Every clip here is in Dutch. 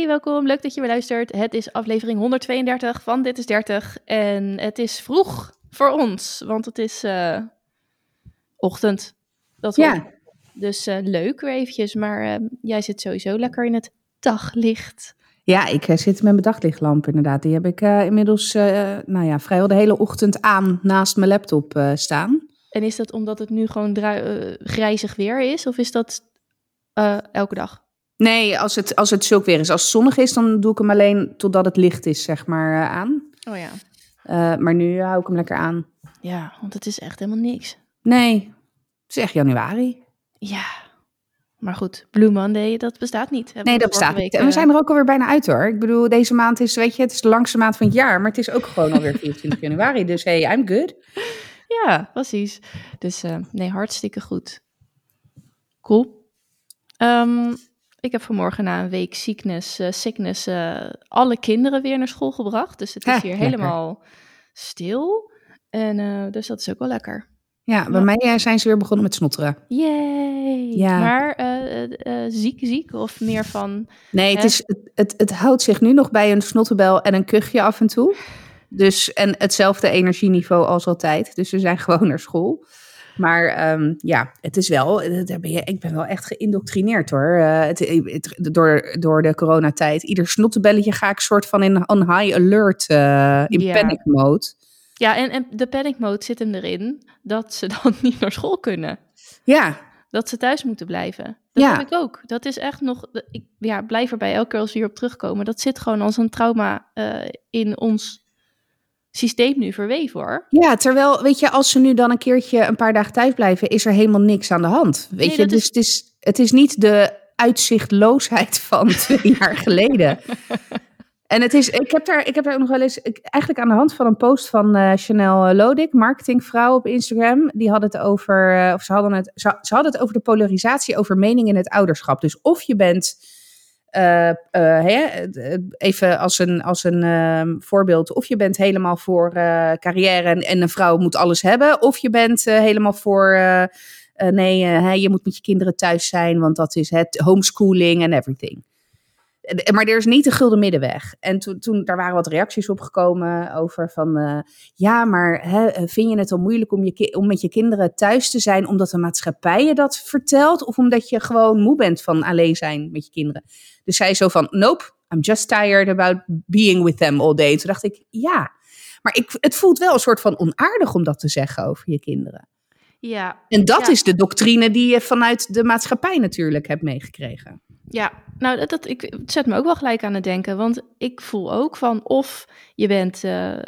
welkom. Leuk dat je weer luistert. Het is aflevering 132 van Dit is 30. En het is vroeg voor ons, want het is ochtend. Dus leuk weer eventjes. Maar jij zit sowieso lekker in het daglicht. Ja, ik zit met mijn daglichtlamp inderdaad. Die heb ik inmiddels vrijwel de hele ochtend aan naast mijn laptop staan. En is dat omdat het nu gewoon grijzig weer is? Of is dat elke dag? Nee, als het zulk weer is. Als het zonnig is, dan doe ik hem alleen totdat het licht is, zeg maar, aan. Oh ja. Maar nu hou ik hem lekker aan. Ja, want het is echt helemaal niks. Nee, het is echt januari. Ja, maar goed, Blue Monday, dat bestaat niet. Nee, dat bestaat niet. En we zijn er ook alweer bijna uit hoor. Ik bedoel, deze maand is, weet je, het is de langste maand van het jaar. Maar het is ook gewoon alweer 24 januari. Dus hey, I'm good. Ja, precies. Dus nee, hartstikke goed. Cool. Ik heb vanmorgen na een week sickness alle kinderen weer naar school gebracht. Dus het is hier helemaal stil. En dus dat is ook wel lekker. Ja, bij mij zijn ze weer begonnen met snotteren. Yay! Ja. Maar ziek of meer van... Nee, het houdt zich nu nog bij een snottenbel en een kuchje af en toe. Dus, en hetzelfde energieniveau als altijd. Dus we zijn gewoon naar school. Maar het is wel... Ik ben wel echt geïndoctrineerd hoor. Door de coronatijd. Ieder snottenbelletje ga ik soort van in high alert, in panic mode. Ja, en de panic mode zit hem erin dat ze dan niet naar school kunnen. Ja. Dat ze thuis moeten blijven. Dat heb ik ook. Dat is echt nog... Ik blijf erbij elke keer als we hierop terugkomen. Dat zit gewoon als een trauma in ons systeem nu verweven hoor. Ja, terwijl, weet je, als ze nu dan een paar dagen thuis blijven, is er helemaal niks aan de hand. Weet je, dus het is niet de uitzichtloosheid van 2 jaar geleden. En ik heb daar ook nog wel eens, eigenlijk aan de hand van een post van Chanel Lodik, marketingvrouw op Instagram, die had het over, ze hadden het over de polarisatie over mening in het ouderschap. Dus of je bent, even als een voorbeeld, of je bent helemaal voor carrière en een vrouw moet alles hebben, of je bent helemaal voor, je moet met je kinderen thuis zijn, want dat is het homeschooling en everything. Maar er is niet de gulden middenweg. En toen daar waren wat reacties op gekomen over van... vind je het al moeilijk om met je kinderen thuis te zijn... omdat de maatschappij je dat vertelt... of omdat je gewoon moe bent van alleen zijn met je kinderen? Dus zij zo van, nope, I'm just tired about being with them all day. Toen dacht ik, ja. Maar het voelt wel een soort van onaardig om dat te zeggen over je kinderen. Ja. En dat is de doctrine die je vanuit de maatschappij natuurlijk hebt meegekregen. Ja, nou, het zet me ook wel gelijk aan het denken. Want ik voel ook van of je bent...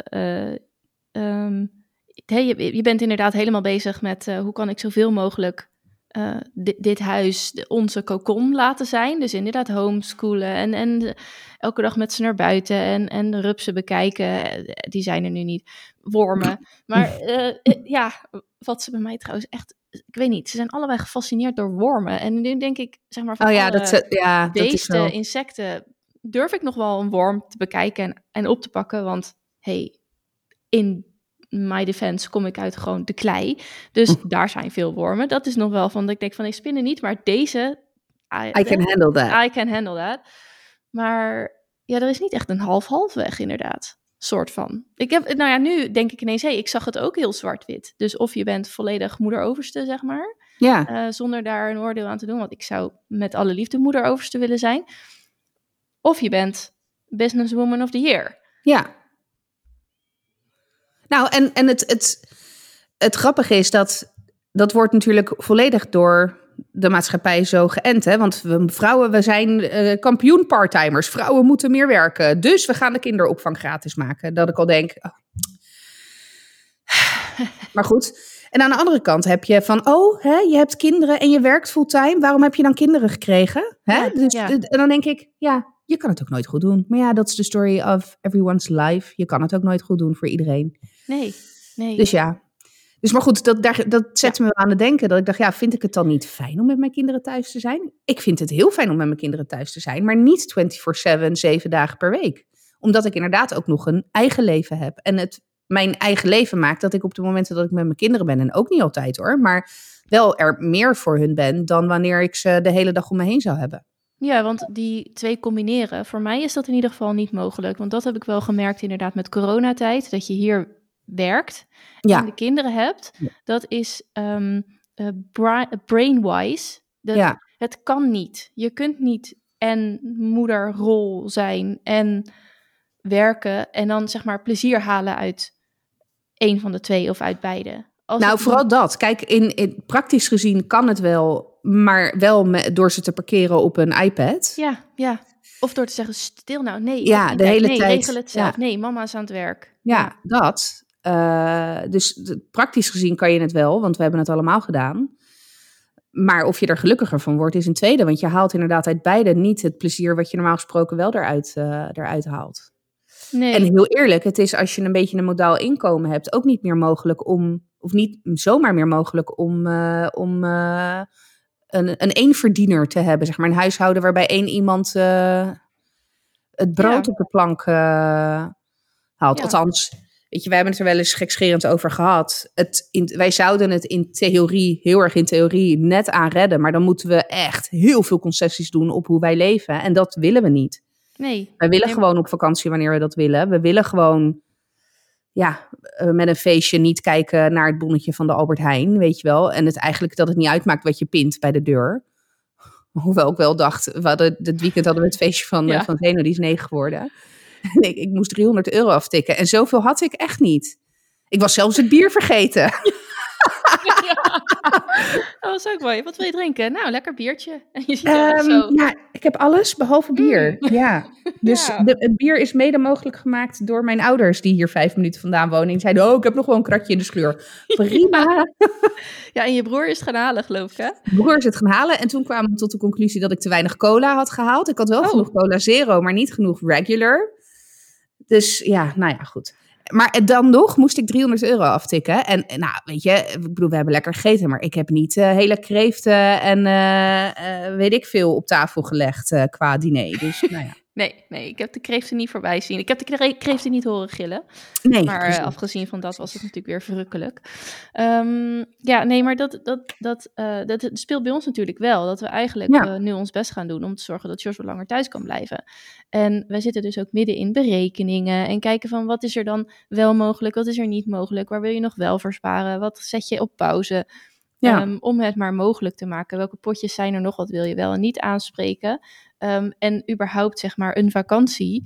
je bent inderdaad helemaal bezig met... hoe kan ik zoveel mogelijk dit huis onze cocon laten zijn. Dus inderdaad homeschoolen en elke dag met ze naar buiten en de rupsen bekijken. Die zijn er nu niet. Wormen. Maar wat ze bij mij trouwens echt... Ik weet niet, ze zijn allebei gefascineerd door wormen. En nu denk ik, zeg maar, van beesten, dat insecten... durf ik nog wel een worm te bekijken en op te pakken. Want in my defense kom ik uit gewoon de klei. Dus daar zijn veel wormen. Dat is nog wel van, dat ik denk van, ik spinnen niet. Maar deze... I can handle that. I can handle that. Maar ja, er is niet echt een half-half weg inderdaad. Soort van. Nu denk ik ineens, ik zag het ook heel zwart-wit. Dus of je bent volledig moeder-overste, zeg maar. Ja. Zonder daar een oordeel aan te doen. Want ik zou met alle liefde moeder-overste willen zijn. Of je bent businesswoman of the year. Ja. Nou, en het grappige is dat wordt natuurlijk volledig door de maatschappij zo geënt. Hè? Want we zijn kampioen parttimers. Vrouwen moeten meer werken. Dus we gaan de kinderopvang gratis maken. Dat ik al denk... Oh. Maar goed. En aan de andere kant heb je van... je hebt kinderen en je werkt fulltime. Waarom heb je dan kinderen gekregen? Hè? En dan denk ik... je kan het ook nooit goed doen. Maar ja, dat is de story of everyone's life. Je kan het ook nooit goed doen voor iedereen. Nee. Dus ja. Dus maar goed, dat zet me aan het denken. Dat ik dacht, vind ik het dan niet fijn om met mijn kinderen thuis te zijn? Ik vind het heel fijn om met mijn kinderen thuis te zijn. Maar niet 24/7, 7 dagen per week. Omdat ik inderdaad ook nog een eigen leven heb. En mijn eigen leven maakt dat ik op de momenten dat ik met mijn kinderen ben... en ook niet altijd hoor, maar wel er meer voor hun ben... dan wanneer ik ze de hele dag om me heen zou hebben. Ja, want die twee combineren, voor mij is dat in ieder geval niet mogelijk. Want dat heb ik wel gemerkt inderdaad met coronatijd, dat je hier werkt en de kinderen hebt. Dat is brainwise. Het kan niet. Je kunt niet en moederrol zijn en werken en dan zeg maar plezier halen uit één van de twee of uit beide. Vooral dat. Kijk, in praktisch gezien kan het wel, maar wel door ze te parkeren op een iPad. Ja. Of door te zeggen, stil nou, nee. Ja, de hele tijd. Regel het zelf. Ja. Nee, mama is aan het werk. Ja, dat. Dus praktisch gezien kan je het wel, want we hebben het allemaal gedaan. Maar of je er gelukkiger van wordt, is een tweede. Want je haalt inderdaad uit beide niet het plezier wat je normaal gesproken wel eruit haalt. Nee. En heel eerlijk, het is als je een beetje een modaal inkomen hebt, ook niet meer mogelijk of niet zomaar meer mogelijk om een eenverdiener te hebben. Zeg maar een huishouden waarbij één iemand het brood op de plank haalt. Ja. Althans, weet je, wij hebben het er wel eens gekscherend over gehad. Wij zouden het heel erg in theorie net aan redden. Maar dan moeten we echt heel veel concessies doen op hoe wij leven. En dat willen we niet. Nee. Wij willen gewoon op vakantie wanneer we dat willen. We willen gewoon met een feestje niet kijken naar het bonnetje van de Albert Heijn, weet je wel. En dat het niet uitmaakt wat je pint bij de deur. Hoewel ik wel dacht, dit weekend hadden we het feestje van Zeno, die is 9 geworden. En ik moest €300 aftikken. En zoveel had ik echt niet. Ik was zelfs het bier vergeten. Dat was ook mooi. Wat wil je drinken? Nou, lekker biertje. En je ziet Ja, ik heb alles behalve bier. Ja. Dus het bier is mede mogelijk gemaakt door mijn ouders, die hier 5 minuten vandaan wonen. En die zeiden, ik heb nog wel een kratje in de sleur. Prima. Ja, en je broer is het gaan halen, geloof ik, hè? Mijn broer is het gaan halen. En toen kwamen we tot de conclusie dat ik te weinig cola had gehaald. Ik had wel genoeg cola zero, maar niet genoeg regular. Dus ja, nou ja, goed. Maar dan nog moest ik €300 aftikken. En nou, weet je, ik bedoel, we hebben lekker gegeten. Maar ik heb niet hele kreeften en weet ik veel op tafel gelegd qua diner. Dus nou ja. Nee, ik heb de kreeften niet voorbij zien. Ik heb de kreeften niet horen gillen. Nee, maar afgezien van dat was het natuurlijk weer verrukkelijk. Maar dat speelt bij ons natuurlijk wel. Dat we eigenlijk nu ons best gaan doen om te zorgen dat Jos langer thuis kan blijven. En wij zitten dus ook midden in berekeningen en kijken van wat is er dan wel mogelijk, wat is er niet mogelijk, waar wil je nog wel voor sparen, wat zet je op pauze. Om het maar mogelijk te maken. Welke potjes zijn er nog, wat wil je wel en niet aanspreken. En überhaupt zeg maar een vakantie.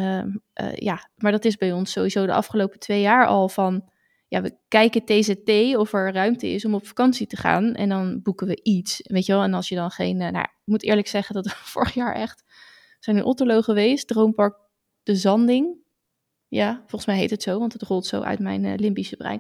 Maar dat is bij ons sowieso de afgelopen 2 jaar al van, we kijken TZT of er ruimte is om op vakantie te gaan. En dan boeken we iets, weet je wel. En als je dan geen, ik moet eerlijk zeggen dat we vorig jaar echt zijn in Otterlo geweest. Droompark de Zanding. Ja, volgens mij heet het zo, want het rolt zo uit mijn limbische brein.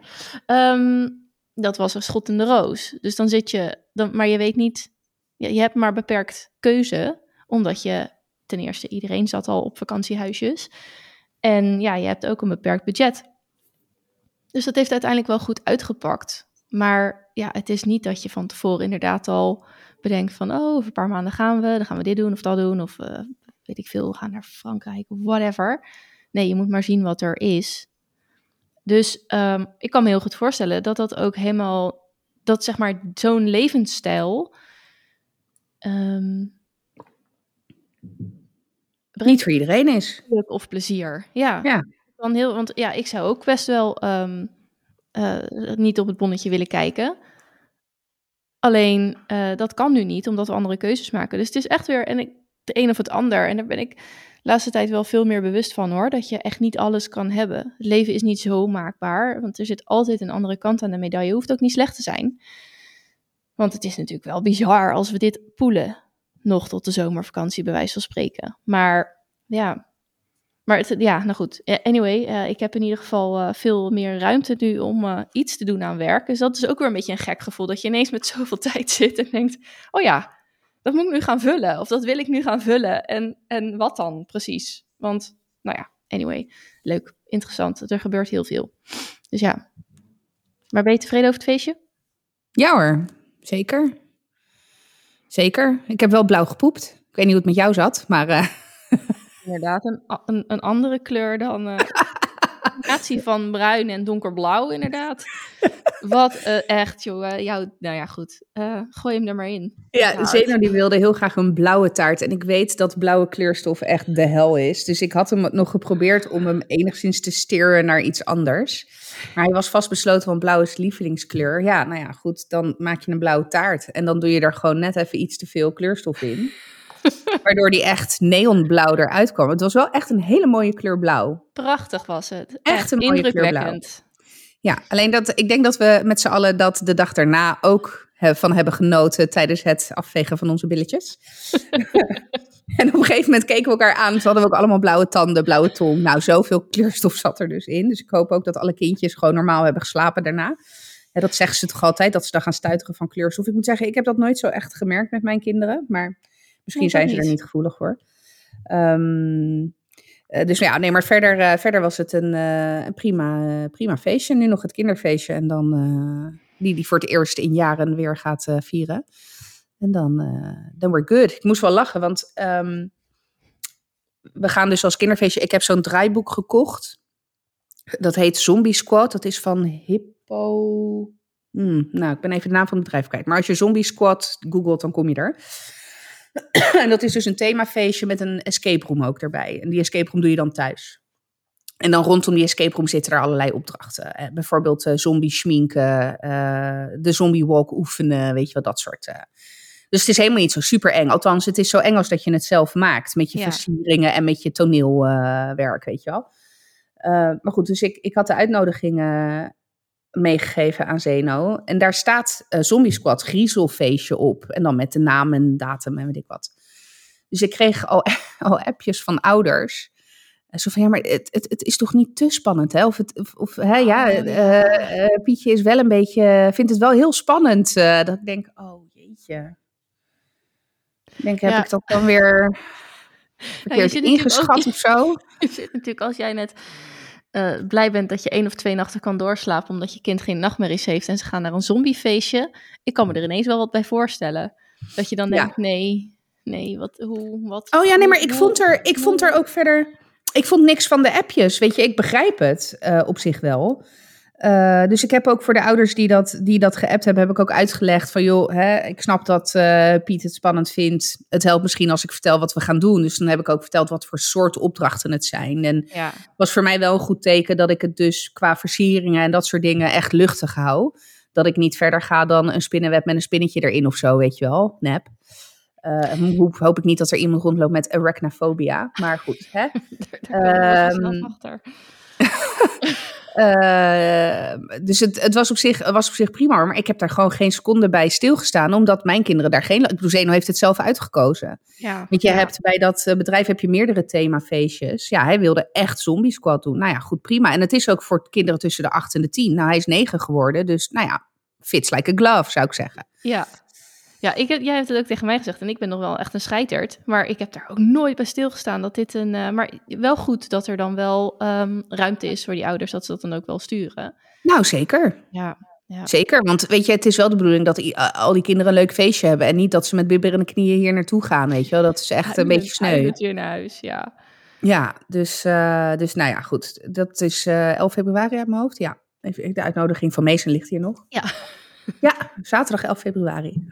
Dat was een schot in de roos. Dus dan zit je, maar je weet niet, je hebt maar beperkt keuze, omdat je ten eerste, iedereen zat al op vakantiehuisjes. En je hebt ook een beperkt budget. Dus dat heeft uiteindelijk wel goed uitgepakt. Maar het is niet dat je van tevoren inderdaad al bedenkt van, over een paar maanden dan gaan we dit doen of dat doen. Of weet ik veel, we gaan naar Frankrijk of whatever. Nee, je moet maar zien wat er is. Dus ik kan me heel goed voorstellen dat ook helemaal, dat zeg maar zo'n levensstijl niet voor iedereen is. Of plezier, ja. Dan want ik zou ook best wel niet op het bonnetje willen kijken. Alleen dat kan nu niet, omdat we andere keuzes maken. Dus het is echt weer de een of het ander. En daar ben ik de laatste tijd wel veel meer bewust van, hoor. Dat je echt niet alles kan hebben. Het leven is niet zo maakbaar, want er zit altijd een andere kant aan de medaille. Hoeft ook niet slecht te zijn. Want het is natuurlijk wel bizar als we dit poelen. Nog tot de zomervakantie, bij wijze van spreken. Maar nou goed. Anyway, ik heb in ieder geval veel meer ruimte nu om iets te doen aan werk. Dus dat is ook weer een beetje een gek gevoel. Dat je ineens met zoveel tijd zit en denkt, dat moet ik nu gaan vullen. Of dat wil ik nu gaan vullen. En wat dan precies? Want, anyway. Leuk, interessant. Er gebeurt heel veel. Dus ja. Maar ben je tevreden over het feestje? Ja hoor, zeker. Zeker. Ik heb wel blauw gepoept. Ik weet niet hoe het met jou zat, maar... Inderdaad, een andere kleur dan... combinatie van bruin en donkerblauw, inderdaad. Wat echt, jongen. Nou ja, goed. Gooi hem er maar in. Ja, Zeno die wilde heel graag een blauwe taart. En ik weet dat blauwe kleurstof echt de hel is. Dus ik had hem nog geprobeerd om hem enigszins te steren naar iets anders. Maar hij was vastbesloten, van blauw is lievelingskleur. Ja, nou ja, goed, dan maak je een blauwe taart. En dan doe je er gewoon net even iets te veel kleurstof in. Waardoor die echt neonblauw eruit kwam. Het was wel echt een hele mooie kleur blauw. Prachtig was het. Echt een mooie kleur blauw. Ja, alleen ik denk dat we met z'n allen dat de dag daarna ook van hebben genoten tijdens het afvegen van onze billetjes. En op een gegeven moment keken we elkaar aan. Toen hadden we ook allemaal blauwe tanden, blauwe tong. Nou, zoveel kleurstof zat er dus in. Dus ik hoop ook dat alle kindjes gewoon normaal hebben geslapen daarna. Ja, dat zeggen ze toch altijd, dat ze dan gaan stuiteren van kleurstof. Ik moet zeggen, ik heb dat nooit zo echt gemerkt met mijn kinderen. Maar misschien zijn ze er niet gevoelig voor. Dus ja, nee, maar verder was het een prima feestje. Nu nog het kinderfeestje en dan die voor het eerst in jaren weer gaat vieren. En dan we're good. Ik moest wel lachen, want we gaan dus als kinderfeestje... Ik heb zo'n draaiboek gekocht. Dat heet Zombie Squad. Dat is van Hippo... Nou, ik ben even de naam van het bedrijf kwijt. Maar als je Zombie Squad googelt, dan kom je er. En dat is dus een themafeestje met een escape room ook erbij. En die escape room doe je dan thuis. En dan rondom die escape room zitten er allerlei opdrachten. Bijvoorbeeld zombie schminken, de zombie walk oefenen, weet je wel, dat soort. Dus het is helemaal niet zo super eng. Althans, het is zo eng als dat je het zelf maakt. Met je versieringen en met je toneelwerk, weet je wel. Maar goed, dus ik had de uitnodigingen meegegeven aan Zeno. En daar staat Zombie Squad griezelfeestje op. En dan met de naam en datum en weet ik wat. Dus ik kreeg al appjes van ouders. Zo van, ja, maar het is toch niet te spannend, hè? Pietje is wel een beetje... vindt het wel heel spannend. Dat ik denk, oh jeetje. Ik denk, heb ik dat dan weer verkeerd ingeschat of zo? Je zit natuurlijk, als jij net... blij bent dat je 1 of 2 nachten kan doorslapen... omdat je kind geen nachtmerries heeft... en ze gaan naar een zombiefeestje. Ik kan me er ineens wel wat bij voorstellen. Dat je dan denkt, nee, wat... Oh ja, nee, maar ik vond er ook verder... Ik vond niks van de appjes, weet je. Ik begrijp het op zich wel. Dus ik heb ook voor de ouders die dat geappt hebben... heb ik ook uitgelegd van, joh, ik snap dat Piet het spannend vindt. Het helpt misschien als ik vertel wat we gaan doen. Dus dan heb ik ook verteld wat voor soort opdrachten het zijn. En het was voor mij wel een goed teken dat ik het dus qua versieringen... en dat soort dingen echt luchtig hou. Dat ik niet verder ga dan een spinnenweb met een spinnetje erin of zo, weet je wel, nep. Hoop ik niet dat er iemand rondloopt met arachnofobia. Maar goed, hè. Daar kom ik achter. Dus het was op zich prima, maar ik heb daar gewoon geen seconde bij stilgestaan, omdat mijn kinderen daar geen... Ik bedoel, Zeno heeft het zelf uitgekozen. Want je hebt bij dat bedrijf heb je meerdere themafeestjes. Ja, hij wilde echt Zombie Squad doen. Nou ja, goed, prima. En het is ook voor kinderen tussen de 8 en de 10. Nou, hij is 9 geworden, dus nou ja, fits like a glove, zou ik zeggen. Ja. Ja, jij hebt het ook tegen mij gezegd en ik ben nog wel echt een scheiterd. Maar ik heb daar ook nooit bij stilgestaan dat dit maar wel goed dat er dan wel ruimte is voor die ouders, dat ze dat dan ook wel sturen. Nou, zeker. Ja. Zeker, want weet je, het is wel de bedoeling dat al die kinderen een leuk feestje hebben. En niet dat ze met bibberende knieën hier naartoe gaan, weet je wel. Dat is echt een beetje sneu. Hij moet weer naar huis, ja. Ja, dus nou ja, goed. Dat is 11 februari uit mijn hoofd. Ja, even, de uitnodiging van Meesen ligt hier nog. Ja, zaterdag 11 februari.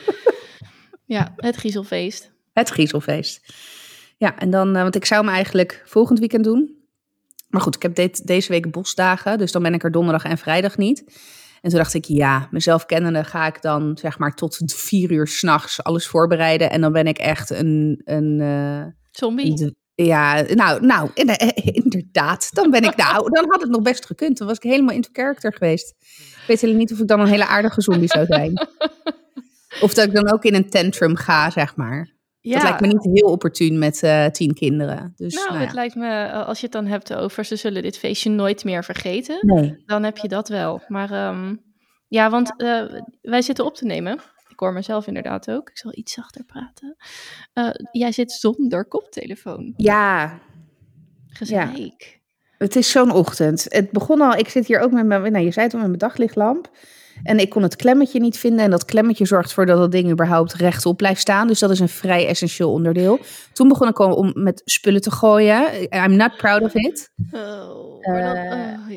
Ja, het griezelfeest. Het griezelfeest. Ja, en dan, want ik zou hem eigenlijk volgend weekend doen. Maar goed, ik heb deze week bosdagen, dus dan ben ik er donderdag en vrijdag niet. En toen dacht ik, ja, mezelf kennende ga ik dan zeg maar tot 4 uur 's nachts alles voorbereiden. En dan ben ik echt een zombie. Ja, nou, inderdaad. Dan ben ik, dan had het nog best gekund. Dan was ik helemaal into character geweest. Ik weet helemaal niet of ik dan een hele aardige zombie zou zijn. Of dat ik dan ook in een tantrum ga, zeg maar. Ja. Dat lijkt me niet heel opportun met 10 kinderen. Dus, het lijkt me, als je het dan hebt over ze zullen dit feestje nooit meer vergeten. Nee. Dan heb je dat wel. Maar want wij zitten op te nemen. Ik hoor mezelf inderdaad ook. Ik zal iets zachter praten. Jij zit zonder koptelefoon. Ja. Gezeik. Ja. Het is zo'n ochtend. Het begon al, ik zit hier ook met je zei het al, met mijn daglichtlamp. En ik kon het klemmetje niet vinden. En dat klemmetje zorgt ervoor dat dat ding überhaupt rechtop blijft staan. Dus dat is een vrij essentieel onderdeel. Toen begon ik om met spullen te gooien. I'm not proud of it. Ja.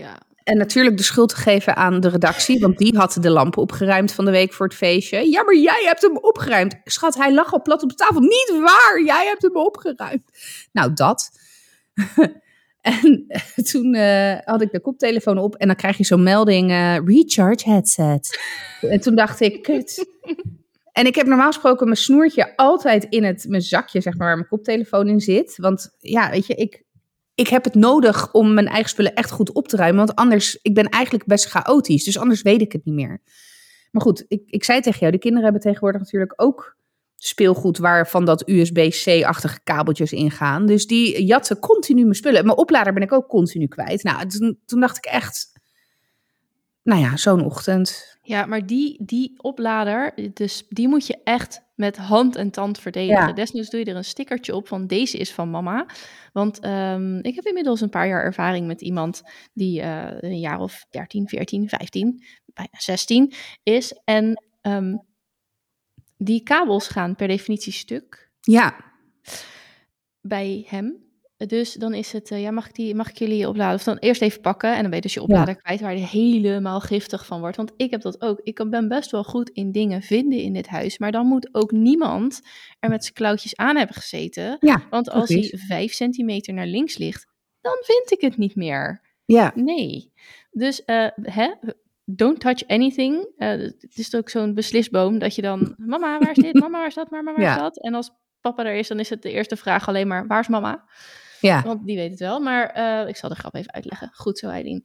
En natuurlijk de schuld te geven aan de redactie, want die had de lampen opgeruimd van de week voor het feestje. Ja, maar jij hebt hem opgeruimd. Schat, hij lag al plat op de tafel. Niet waar, jij hebt hem opgeruimd. Nou, dat. En toen had ik de koptelefoon op en dan krijg je zo'n melding, recharge headset. En toen dacht ik, kut. En ik heb normaal gesproken mijn snoertje altijd in mijn zakje, zeg maar, waar mijn koptelefoon in zit. Want ja, weet je, ik heb het nodig om mijn eigen spullen echt goed op te ruimen. Want anders, ik ben eigenlijk best chaotisch. Dus anders weet ik het niet meer. Maar goed, ik zei tegen jou, de kinderen hebben tegenwoordig natuurlijk ook speelgoed waarvan dat USB-C-achtige kabeltjes ingaan. Dus die jatten continu mijn spullen. Mijn oplader ben ik ook continu kwijt. Nou, toen dacht ik echt, nou ja, zo'n ochtend. Ja, maar die oplader, dus die moet je echt met hand en tand verdedigen. Ja. Desnoods doe je er een stickertje op van deze is van mama. Want ik heb inmiddels een paar jaar ervaring met iemand die een jaar of 13, 14, 15, bijna 16 is. En die kabels gaan per definitie stuk Ja. bij hem. Dus dan is het, mag ik jullie opladen? Of dan eerst even pakken en dan ben je dus je oplader kwijt, waar je helemaal giftig van wordt. Want ik heb dat ook. Ik ben best wel goed in dingen vinden in dit huis. Maar dan moet ook niemand er met zijn klauwtjes aan hebben gezeten. Ja, want als hij 5 centimeter naar links ligt, dan vind ik het niet meer. Ja. Nee. Dus, don't touch anything. Het is ook zo'n beslisboom dat je dan, mama, waar is dit? Mama, waar is dat? Mama, waar is dat? En als papa er is, dan is het de eerste vraag alleen maar, waar is mama? Ja. Want die weet het wel, maar ik zal de grap even uitleggen. Goed zo, Eileen.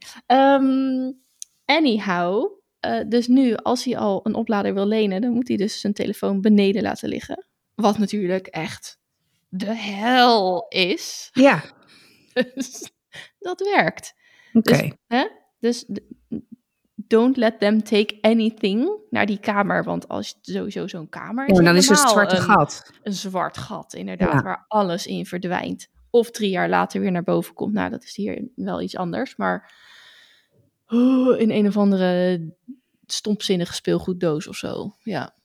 Anyhow, dus nu, als hij al een oplader wil lenen, dan moet hij dus zijn telefoon beneden laten liggen. Wat natuurlijk echt de hel is. Ja. Dus dat werkt. Oké. Dus don't let them take anything naar die kamer. Want als je sowieso zo'n kamer is, dan is het een zwarte gat. Een zwart gat, inderdaad, waar alles in verdwijnt. Of 3 jaar later weer naar boven komt. Nou, dat is hier wel iets anders. Maar in een of andere stompzinnige speelgoeddoos of zo. Ja.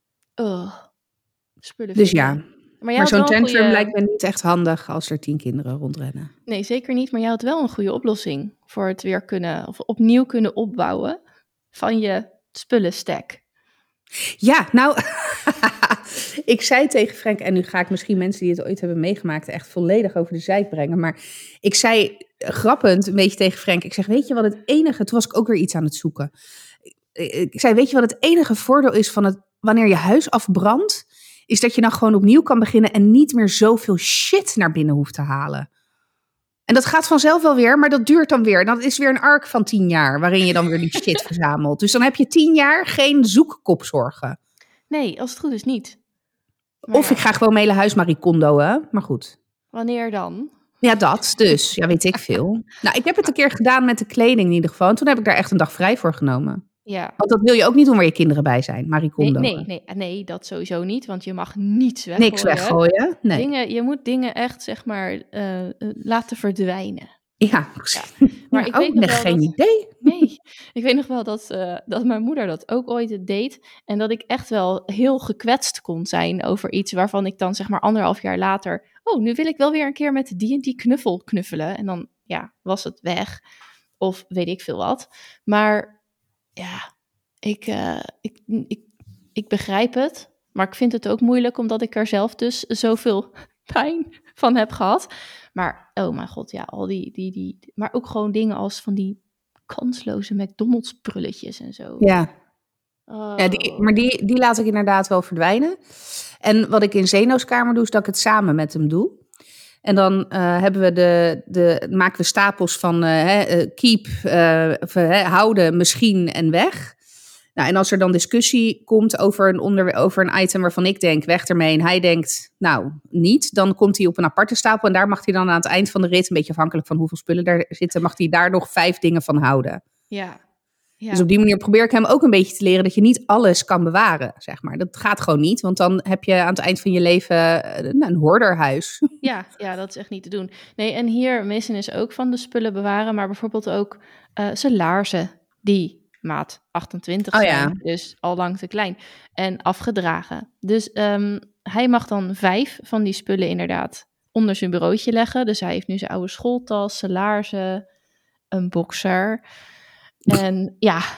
Spullen Dus vinden. ja. Maar zo'n tantrum lijkt me niet echt handig als er 10 kinderen rondrennen. Nee, zeker niet. Maar jij had wel een goede oplossing voor het weer kunnen, of opnieuw kunnen opbouwen van je spullenstack. Ja, nou, ik zei tegen Frank, en nu ga ik misschien mensen die het ooit hebben meegemaakt echt volledig over de zijk brengen. Maar ik zei grappend een beetje tegen Frank, ik zeg, weet je wat het enige, toen was ik ook weer iets aan het zoeken. Ik zei, weet je wat het enige voordeel is van wanneer je huis afbrandt, is dat je dan gewoon opnieuw kan beginnen en niet meer zoveel shit naar binnen hoeft te halen. En dat gaat vanzelf wel weer, maar dat duurt dan weer. Dat is weer een arc van 10 jaar, waarin je dan weer die shit verzamelt. Dus dan heb je 10 jaar geen zoekkopzorgen. Nee, als het goed is niet. Maar of ik ga gewoon mijn hele huis Marie Kondo'en, maar goed. Wanneer dan? Ja, dat dus. Ja, weet ik veel. Nou, ik heb het een keer gedaan met de kleding in ieder geval. En toen heb ik daar echt een dag vrij voor genomen. Ja. Want dat wil je ook niet doen waar je kinderen bij zijn, Marie Kondo. Nee, dat sowieso niet, want je mag niets weggooien. Niks weggooien, nee. Je moet dingen echt, zeg maar, laten verdwijnen. Ja, maar ik weet nog wel geen idee. Nee, ik weet nog wel dat mijn moeder dat ook ooit deed. En dat ik echt wel heel gekwetst kon zijn over iets waarvan ik dan, zeg maar, 1,5 jaar later, nu wil ik wel weer een keer met die en die knuffel knuffelen. En dan, was het weg. Of weet ik veel wat. Maar ja, ik begrijp het, maar ik vind het ook moeilijk, omdat ik er zelf dus zoveel pijn van heb gehad. Maar, oh mijn god, ja, al die maar ook gewoon dingen als van die kansloze McDonald's prulletjes en zo. Ja. Oh. Ja, die laat ik inderdaad wel verdwijnen. En wat ik in Zeno's kamer doe, is dat ik het samen met hem doe. En dan hebben we maken we stapels van keep, houden, misschien en weg. Nou, en als er dan discussie komt over een item waarvan ik denk, weg ermee, en hij denkt, nou, niet, dan komt hij op een aparte stapel. En daar mag hij dan aan het eind van de rit, een beetje afhankelijk van hoeveel spullen daar zitten, mag hij daar nog 5 dingen van houden. Ja. Dus op die manier probeer ik hem ook een beetje te leren dat je niet alles kan bewaren, zeg maar. Dat gaat gewoon niet, want dan heb je aan het eind van je leven een hoorderhuis. Ja, dat is echt niet te doen. Nee, en hier, Mason is ook van de spullen bewaren, maar bijvoorbeeld ook zijn laarzen, die maat 28 zijn, dus al lang te klein. En afgedragen. Dus hij mag dan 5 van die spullen inderdaad onder zijn bureautje leggen. Dus hij heeft nu zijn oude schooltas, zijn laarzen, een boxer. En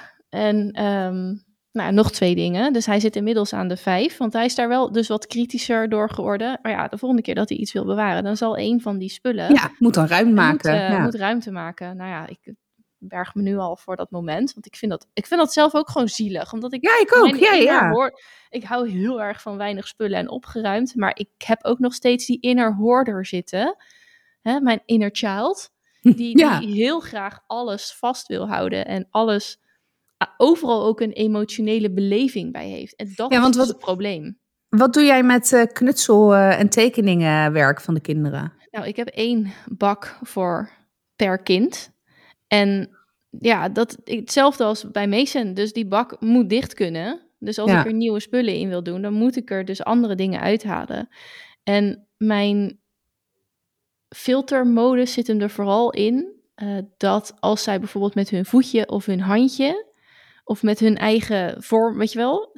nog 2 dingen. Dus hij zit inmiddels aan de 5, want hij is daar wel dus wat kritischer door geworden. Maar ja, de volgende keer dat hij iets wil bewaren, dan zal een van die spullen... Ja, moet dan ruimte maken. Moet ruimte maken. Nou ja, ik berg me nu al voor dat moment. Want ik vind dat zelf ook gewoon zielig. Omdat ik... Ja, ik ook. Ja. Ik hou heel erg van weinig spullen en opgeruimd. Maar ik heb ook nog steeds die inner hoarder zitten. Hè, mijn inner child. Die heel graag alles vast wil houden. En alles... overal ook een emotionele beleving bij heeft. En dat is dus het probleem. Wat doe jij met knutsel- en tekeningenwerk van de kinderen? Nou, ik heb 1 bak voor per kind. En ja, hetzelfde als bij Mason. Dus die bak moet dicht kunnen. Dus als ik er nieuwe spullen in wil doen, dan moet ik er dus andere dingen uithalen. En mijn filtermodus zit hem er vooral in dat als zij bijvoorbeeld met hun voetje of hun handje of met hun eigen vorm, weet je wel,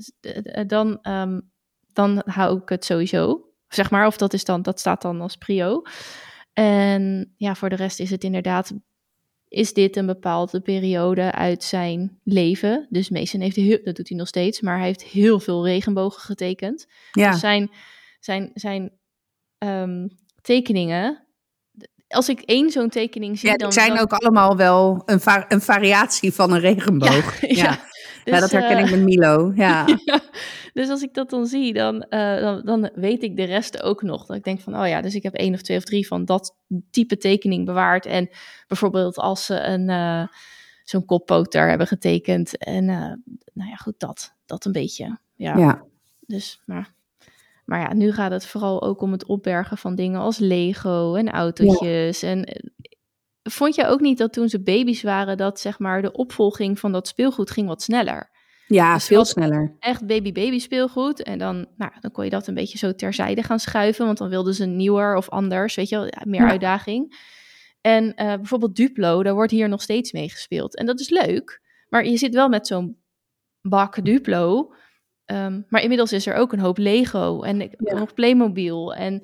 dan hou ik het sowieso. Zeg maar, of dat staat dan als prio. En ja, voor de rest is het inderdaad, is dit een bepaalde periode uit zijn leven. Dus Mason heeft dat doet hij nog steeds, maar hij heeft heel veel regenbogen getekend. Ja. Dus zijn tekeningen, als ik 1 zo'n tekening zie... Ja, die zijn ook allemaal wel een variatie van een regenboog. Ja. Dus, dat herken ik met Milo. Ja. Dus als ik dat dan zie, dan weet ik de rest ook nog. Dat ik denk van, oh ja, dus ik heb 1 of 2 of 3 van dat type tekening bewaard. En bijvoorbeeld als ze zo'n koppoter hebben getekend. En nou ja, goed, dat een beetje. Ja. Dus, maar ja, nu gaat het vooral ook om het opbergen van dingen als Lego en autootjes. Ja. En vond je ook niet dat toen ze baby's waren, dat zeg maar de opvolging van dat speelgoed ging wat sneller? Ja, dus veel sneller. Echt baby speelgoed. En dan kon je dat een beetje zo terzijde gaan schuiven, want dan wilden ze nieuwer of anders, weet je wel, meer uitdaging. En bijvoorbeeld Duplo, daar wordt hier nog steeds mee gespeeld. En dat is leuk, maar je zit wel met zo'n bak Duplo. Maar inmiddels is er ook een hoop Lego en nog Playmobil. En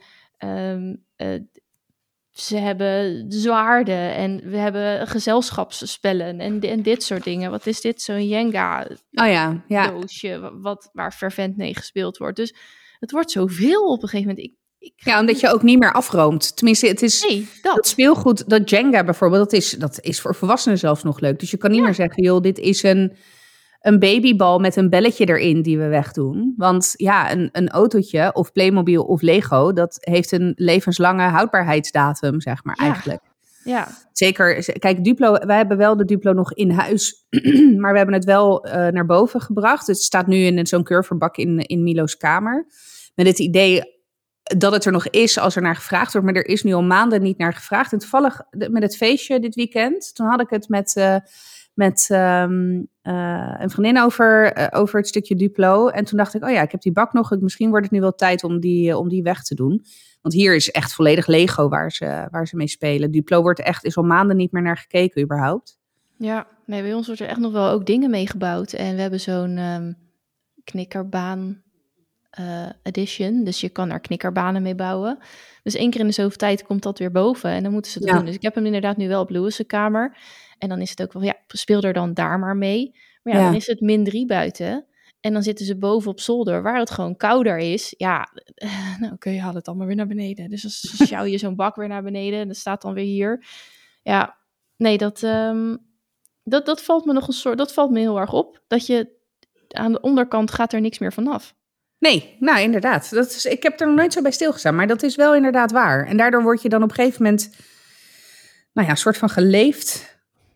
ze hebben zwaarden en we hebben gezelschapsspellen en dit soort dingen. Wat is dit? Zo'n Jenga doosje waar fervent mee gespeeld wordt. Dus het wordt zoveel op een gegeven moment. Omdat je ook niet meer afroomt. Tenminste, het is dat speelgoed, dat Jenga bijvoorbeeld, dat is voor volwassenen zelfs nog leuk. Dus je kan niet meer zeggen, joh, dit is een babybal met een belletje erin die we wegdoen. Want ja, een autootje of Playmobil of Lego, dat heeft een levenslange houdbaarheidsdatum, zeg maar, eigenlijk. Ja. Zeker, kijk, Duplo, wij hebben wel de Duplo nog in huis, maar we hebben het wel naar boven gebracht. Het staat nu in zo'n curverbak in Milo's kamer. Met het idee dat het er nog is als er naar gevraagd wordt, maar er is nu al maanden niet naar gevraagd. En toevallig met het feestje dit weekend, toen had ik het met een vriendin over het stukje Duplo. En toen dacht ik, ik heb die bak nog. Misschien wordt het nu wel tijd om die weg te doen. Want hier is echt volledig Lego waar ze mee spelen. Duplo is al maanden niet meer naar gekeken überhaupt. Ja, nee, bij ons wordt er echt nog wel ook dingen mee gebouwd. En we hebben zo'n knikkerbaan edition. Dus je kan er knikkerbanen mee bouwen. Dus 1 keer in de zoveel tijd komt dat weer boven. En dan moeten ze het doen. Dus ik heb hem inderdaad nu wel op Louis' kamer. En dan is het ook wel, speel er dan daar maar mee. Maar dan is het -3 buiten. En dan zitten ze boven op zolder, waar het gewoon kouder is. Ja, oké, haal het allemaal weer naar beneden. Dus dan sjouw je zo'n bak weer naar beneden. En dat staat dan weer hier. Ja, nee, dat valt me dat valt me heel erg op. Dat je aan de onderkant gaat er niks meer vanaf. Nee, nou inderdaad. Ik heb er nog nooit zo bij stilgestaan, maar dat is wel inderdaad waar. En daardoor word je dan op een gegeven moment, een soort van geleefd.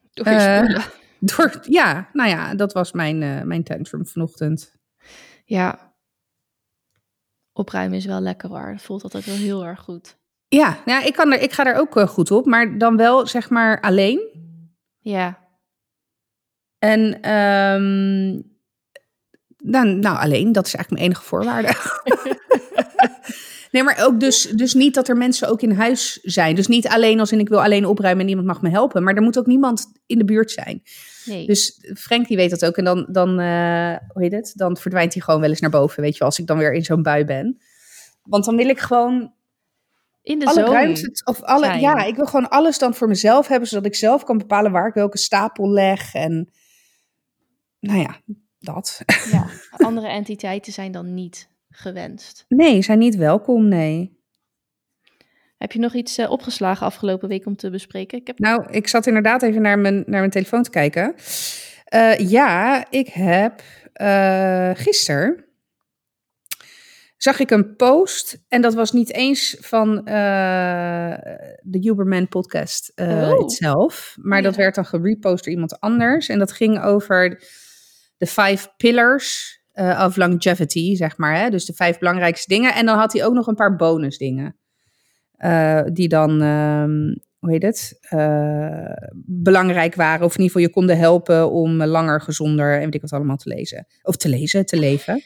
Dat was mijn tantrum vanochtend. Ja, opruimen is wel lekker hoor. Het voelt altijd wel heel erg goed. Ja, ik ga er ook goed op, maar dan wel zeg maar alleen. Ja. En alleen, dat is eigenlijk mijn enige voorwaarde. Nee, maar ook dus niet dat er mensen ook in huis zijn. Dus niet alleen als in ik wil alleen opruimen en niemand mag me helpen. Maar er moet ook niemand in de buurt zijn. Nee. Dus Frank die weet dat ook. En dan verdwijnt hij gewoon wel eens naar boven. Weet je wel, als ik dan weer in zo'n bui ben. Want dan wil ik gewoon in de alle zone ruimte, of alle, zijn. ja, ik wil gewoon alles dan voor mezelf hebben, zodat ik zelf kan bepalen waar ik welke stapel leg. En nou ja, dat. Ja, andere entiteiten zijn dan niet gewenst. Nee, zijn niet welkom, nee. Heb je nog iets opgeslagen afgelopen week om te bespreken? Nou, ik zat inderdaad even naar mijn telefoon te kijken. Ja, ik heb gisteren zag ik een post en dat was niet eens van de Huberman podcast itself, maar dat werd dan gerepost door iemand anders en dat ging over de 5 pillars of longevity, zeg maar. Hè? Dus de 5 belangrijkste dingen en dan had hij ook nog een paar bonusdingen die dan, hoe heet het, belangrijk waren of in ieder geval je konden helpen om langer, gezonder en weet ik wat allemaal te lezen. Of te leven.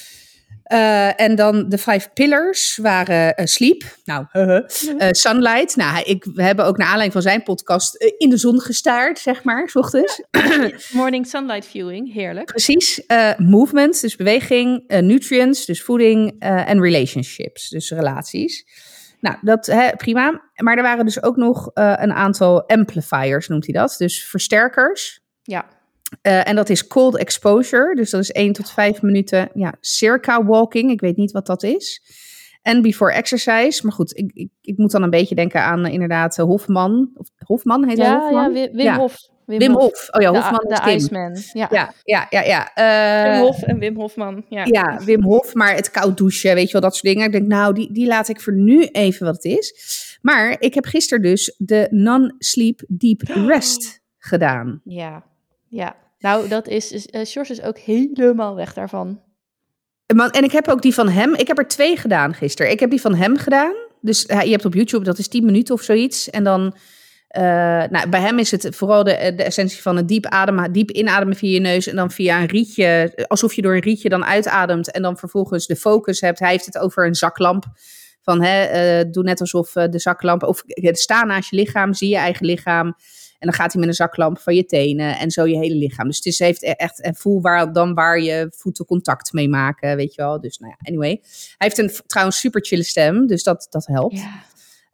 En dan de 5 pillars waren sleep, nou, sunlight. Nou, we hebben ook naar aanleiding van zijn podcast in de zon gestaard, zeg maar, 's ochtends. Morning sunlight viewing, heerlijk. Precies. Movement, dus beweging, nutrients, dus voeding en relationships, dus relaties. Nou, dat prima. Maar er waren dus ook nog een aantal amplifiers, noemt hij dat. Dus versterkers. Ja. En dat is cold exposure. Dus dat is 1 tot 5 minuten circa walking. Ik weet niet wat dat is. En before exercise. Maar goed, ik moet dan een beetje denken aan inderdaad Hofman. Hofman heet hij Hofman? Ja, Wim Hof. Wim Hof. Oh ja, Hofman de Iceman. Ja. Wim Hof en Wim Hofman. Ja, Wim Hof, maar het koud douchen, weet je wel, dat soort dingen. Ik denk, nou, die laat ik voor nu even wat het is. Maar ik heb gisteren dus de non-sleep deep rest gedaan. Ja. Nou, dat is, Sjors is ook helemaal weg daarvan. En ik heb ook die van hem, ik heb er 2 gedaan gisteren. Ik heb die van hem gedaan. Dus je hebt op YouTube, dat is 10 minuten of zoiets. En dan, bij hem is het vooral de essentie van het diep inademen via je neus. En dan via een rietje, alsof je door een rietje dan uitademt. En dan vervolgens de focus hebt. Hij heeft het over een zaklamp. Van, doe net alsof de zaklamp, of sta naast je lichaam, zie je eigen lichaam. En dan gaat hij met een zaklamp van je tenen en zo je hele lichaam. Dus het heeft echt en voel waar je voeten contact mee maken, weet je wel. Dus nou ja, anyway. Hij heeft trouwens super chille stem, dus dat helpt. Ja.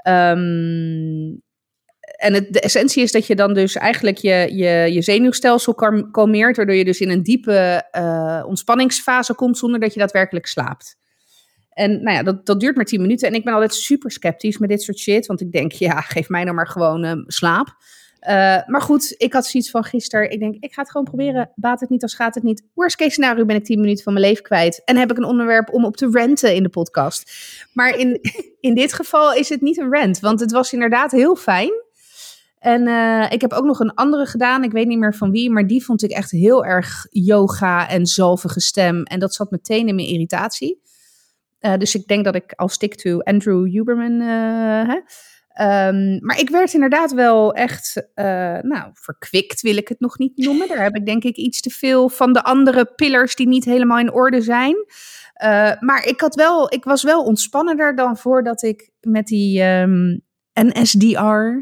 En de essentie is dat je dan dus eigenlijk je zenuwstelsel kalmeert, waardoor je dus in een diepe ontspanningsfase komt zonder dat je daadwerkelijk slaapt. En nou ja, dat duurt maar 10 minuten. En ik ben altijd super sceptisch met dit soort shit, want ik denk, ja, geef mij nou maar gewoon slaap. Maar goed, ik had zoiets van gisteren. Ik denk, ik ga het gewoon proberen. Baat het niet, dan schaadt het niet. Worst case scenario ben ik 10 minuten van mijn leven kwijt. En heb ik een onderwerp om op te ranten in de podcast. Maar in dit geval is het niet een rant. Want het was inderdaad heel fijn. En ik heb ook nog een andere gedaan. Ik weet niet meer van wie. Maar die vond ik echt heel erg yoga en zalvige stem. En dat zat meteen in mijn irritatie. Dus ik denk dat ik al stick to Andrew Huberman maar ik werd inderdaad wel echt, verkwikt wil ik het nog niet noemen. Daar heb ik denk ik iets te veel van de andere pillars die niet helemaal in orde zijn. Maar ik was wel ontspannender dan voordat ik met die NSDR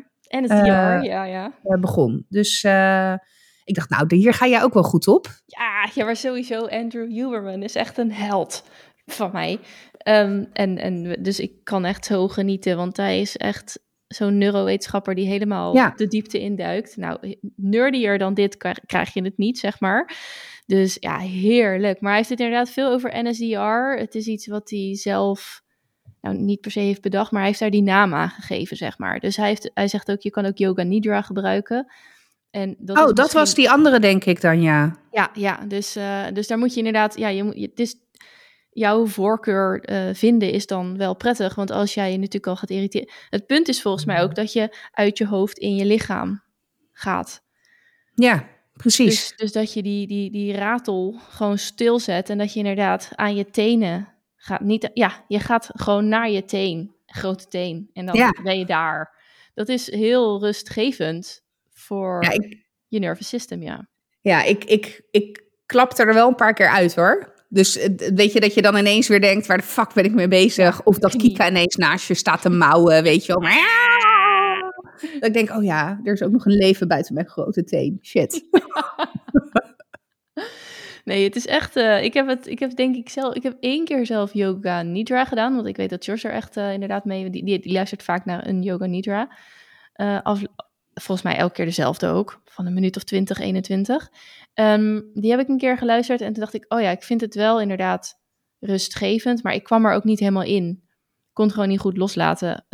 begon. Dus ik dacht, nou, hier ga jij ook wel goed op. Ja, maar sowieso Andrew Huberman is echt een held van mij. Dus ik kan echt zo genieten, want hij is echt zo'n neurowetenschapper die helemaal de diepte induikt. Nou, nerdier dan dit krijg je het niet, zeg maar. Dus ja, heerlijk. Maar hij heeft het inderdaad veel over NSDR. Het is iets wat hij zelf niet per se heeft bedacht, maar hij heeft daar die naam aan gegeven, zeg maar. Dus hij zegt ook, je kan ook Yoga Nidra gebruiken. En dat was die andere, denk ik dan, ja. Ja, dus daar moet je inderdaad, het is jouw voorkeur vinden is dan wel prettig. Want als jij je natuurlijk al gaat irriteren. Het punt is volgens mij ook dat je uit je hoofd in je lichaam gaat. Ja, precies. Dus dat je die ratel gewoon stilzet. En dat je inderdaad aan je tenen gaat. Je gaat gewoon naar je teen. Grote teen. En dan ben je daar. Dat is heel rustgevend voor je nervous system, Ja, ik klapte er wel een paar keer uit, hoor. Dus weet je, dat je dan ineens weer denkt, waar de fuck ben ik mee bezig? Of dat Kika ineens naast je staat te mouwen, weet je wel. Dat ik denk, oh ja, er is ook nog een leven buiten mijn grote teen. Shit. Nee, het is echt... ik heb denk ik zelf... Ik heb 1 keer zelf yoga nidra gedaan. Want ik weet dat Jos er echt inderdaad mee... Die luistert vaak naar een yoga nidra. Volgens mij elke keer dezelfde ook. Van een minuut of 20, 21. Die heb ik een keer geluisterd. En toen dacht ik... Oh ja, ik vind het wel inderdaad rustgevend. Maar ik kwam er ook niet helemaal in. Ik kon het gewoon niet goed loslaten.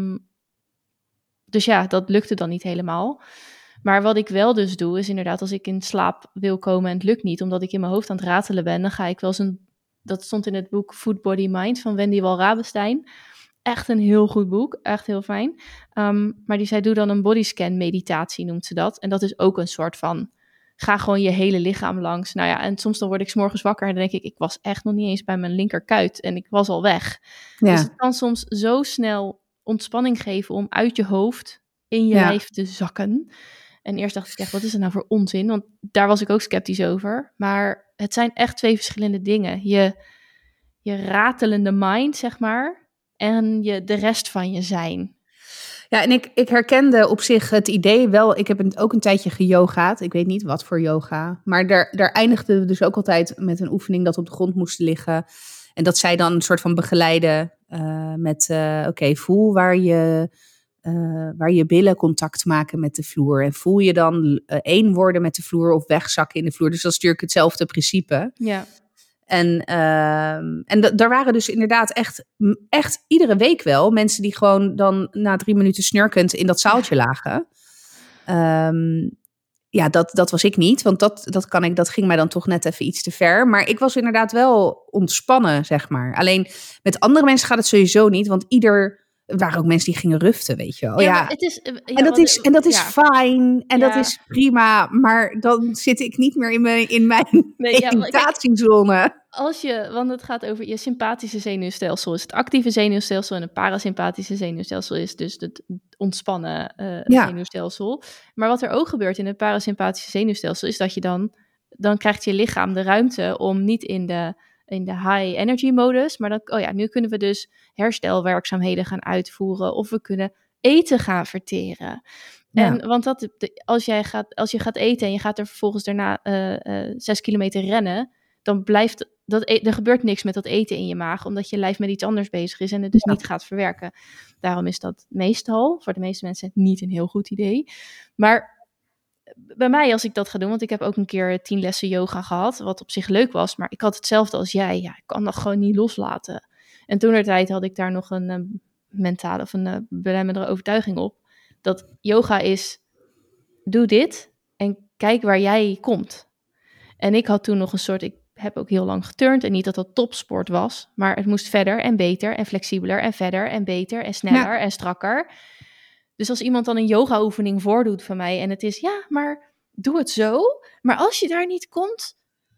Dus ja, dat lukte dan niet helemaal. Maar wat ik wel dus doe, is inderdaad als ik in slaap wil komen en het lukt niet, omdat ik in mijn hoofd aan het ratelen ben, dan ga ik wel eens dat stond in het boek Food, Body, Mind van Wendy Walravenstein. Echt een heel goed boek, echt heel fijn. Maar die zei, doe dan een bodyscan meditatie, noemt ze dat. En dat is ook een soort van, ga gewoon je hele lichaam langs. Nou ja, en soms dan word ik 's morgens wakker en dan denk ik was echt nog niet eens bij mijn linkerkuit en ik was al weg. Ja. Dus het kan soms zo snel ontspanning geven om uit je hoofd in je lijf te zakken. En eerst dacht ik echt, wat is het nou voor onzin? Want daar was ik ook sceptisch over. Maar het zijn echt 2 verschillende dingen. Je ratelende mind, zeg maar, en de rest van je zijn. Ja, en ik herkende op zich het idee wel. Ik heb ook een tijdje geyogaat. Ik weet niet wat voor yoga. Maar daar eindigden we dus ook altijd met een oefening dat op de grond moest liggen. En dat zij dan een soort van begeleiden met... Oké, voel waar je billen contact maken met de vloer. En voel je dan één worden met de vloer of wegzakken in de vloer. Dus dat is natuurlijk hetzelfde principe. Ja. En daar waren dus inderdaad echt iedere week wel mensen die gewoon dan na 3 minuten snurkend in dat zaaltje lagen. Ja, dat was ik niet, want dat ging mij dan toch net even iets te ver. Maar ik was inderdaad wel ontspannen, zeg maar. Alleen met andere mensen gaat het sowieso niet, want er waren ook mensen die gingen ruften, weet je wel. Ja, maar het is... en dat is fijn en dat is prima, maar dan zit ik niet meer in mijn meditatiezone. Want het gaat over je sympathische zenuwstelsel is het actieve zenuwstelsel en het parasympathische zenuwstelsel is dus het ontspannen zenuwstelsel. Maar wat er ook gebeurt in het parasympathische zenuwstelsel is dat je dan krijgt je lichaam de ruimte om niet in de high energy modus, maar dan, nu kunnen we dus herstelwerkzaamheden gaan uitvoeren of we kunnen eten gaan verteren. Ja. En want als je gaat eten en je gaat er vervolgens daarna 6 kilometer rennen, dan blijft er gebeurt niks met dat eten in je maag, omdat je lijf met iets anders bezig is en het dus niet gaat verwerken. Daarom is dat meestal, voor de meeste mensen, niet een heel goed idee. Maar bij mij, als ik dat ga doen, want ik heb ook een keer 10 lessen yoga gehad, wat op zich leuk was, maar ik had hetzelfde als jij. Ja, ik kan dat gewoon niet loslaten. En toentertijd had ik daar nog een mentale of een belemmerende overtuiging op, dat yoga is, doe dit en kijk waar jij komt. En ik had toen nog een soort, ik heb ook heel lang geturnd en niet dat dat topsport was, maar het moest verder en beter en flexibeler en verder en beter en sneller en strakker. Dus als iemand dan een yoga-oefening voordoet van mij en het is, ja, maar doe het zo. Maar als je daar niet komt,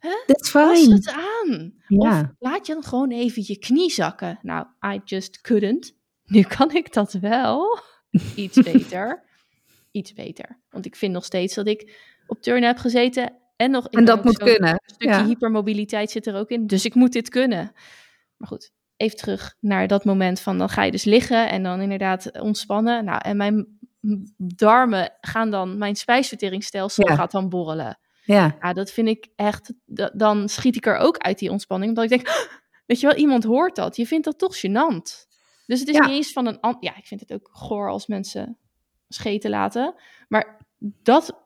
pas het aan. Ja. Of laat je dan gewoon even je knie zakken. Nou, I just couldn't. Nu kan ik dat wel. Iets beter. Iets beter. Want ik vind nog steeds dat ik op turnen heb gezeten en dat moet kunnen. Een stukje hypermobiliteit zit er ook in. Dus ik moet dit kunnen. Maar goed, even terug naar dat moment van dan ga je dus liggen en dan inderdaad ontspannen. Nou, en mijn darmen gaan dan, mijn spijsverteringsstelsel gaat dan borrelen. Ja. Ja, dat vind ik echt, dan schiet ik er ook uit die ontspanning. Omdat ik denk, weet je wel, iemand hoort dat. Je vindt dat toch gênant. Dus het is niet eens van ja, ik vind het ook goor als mensen scheten laten. Maar dat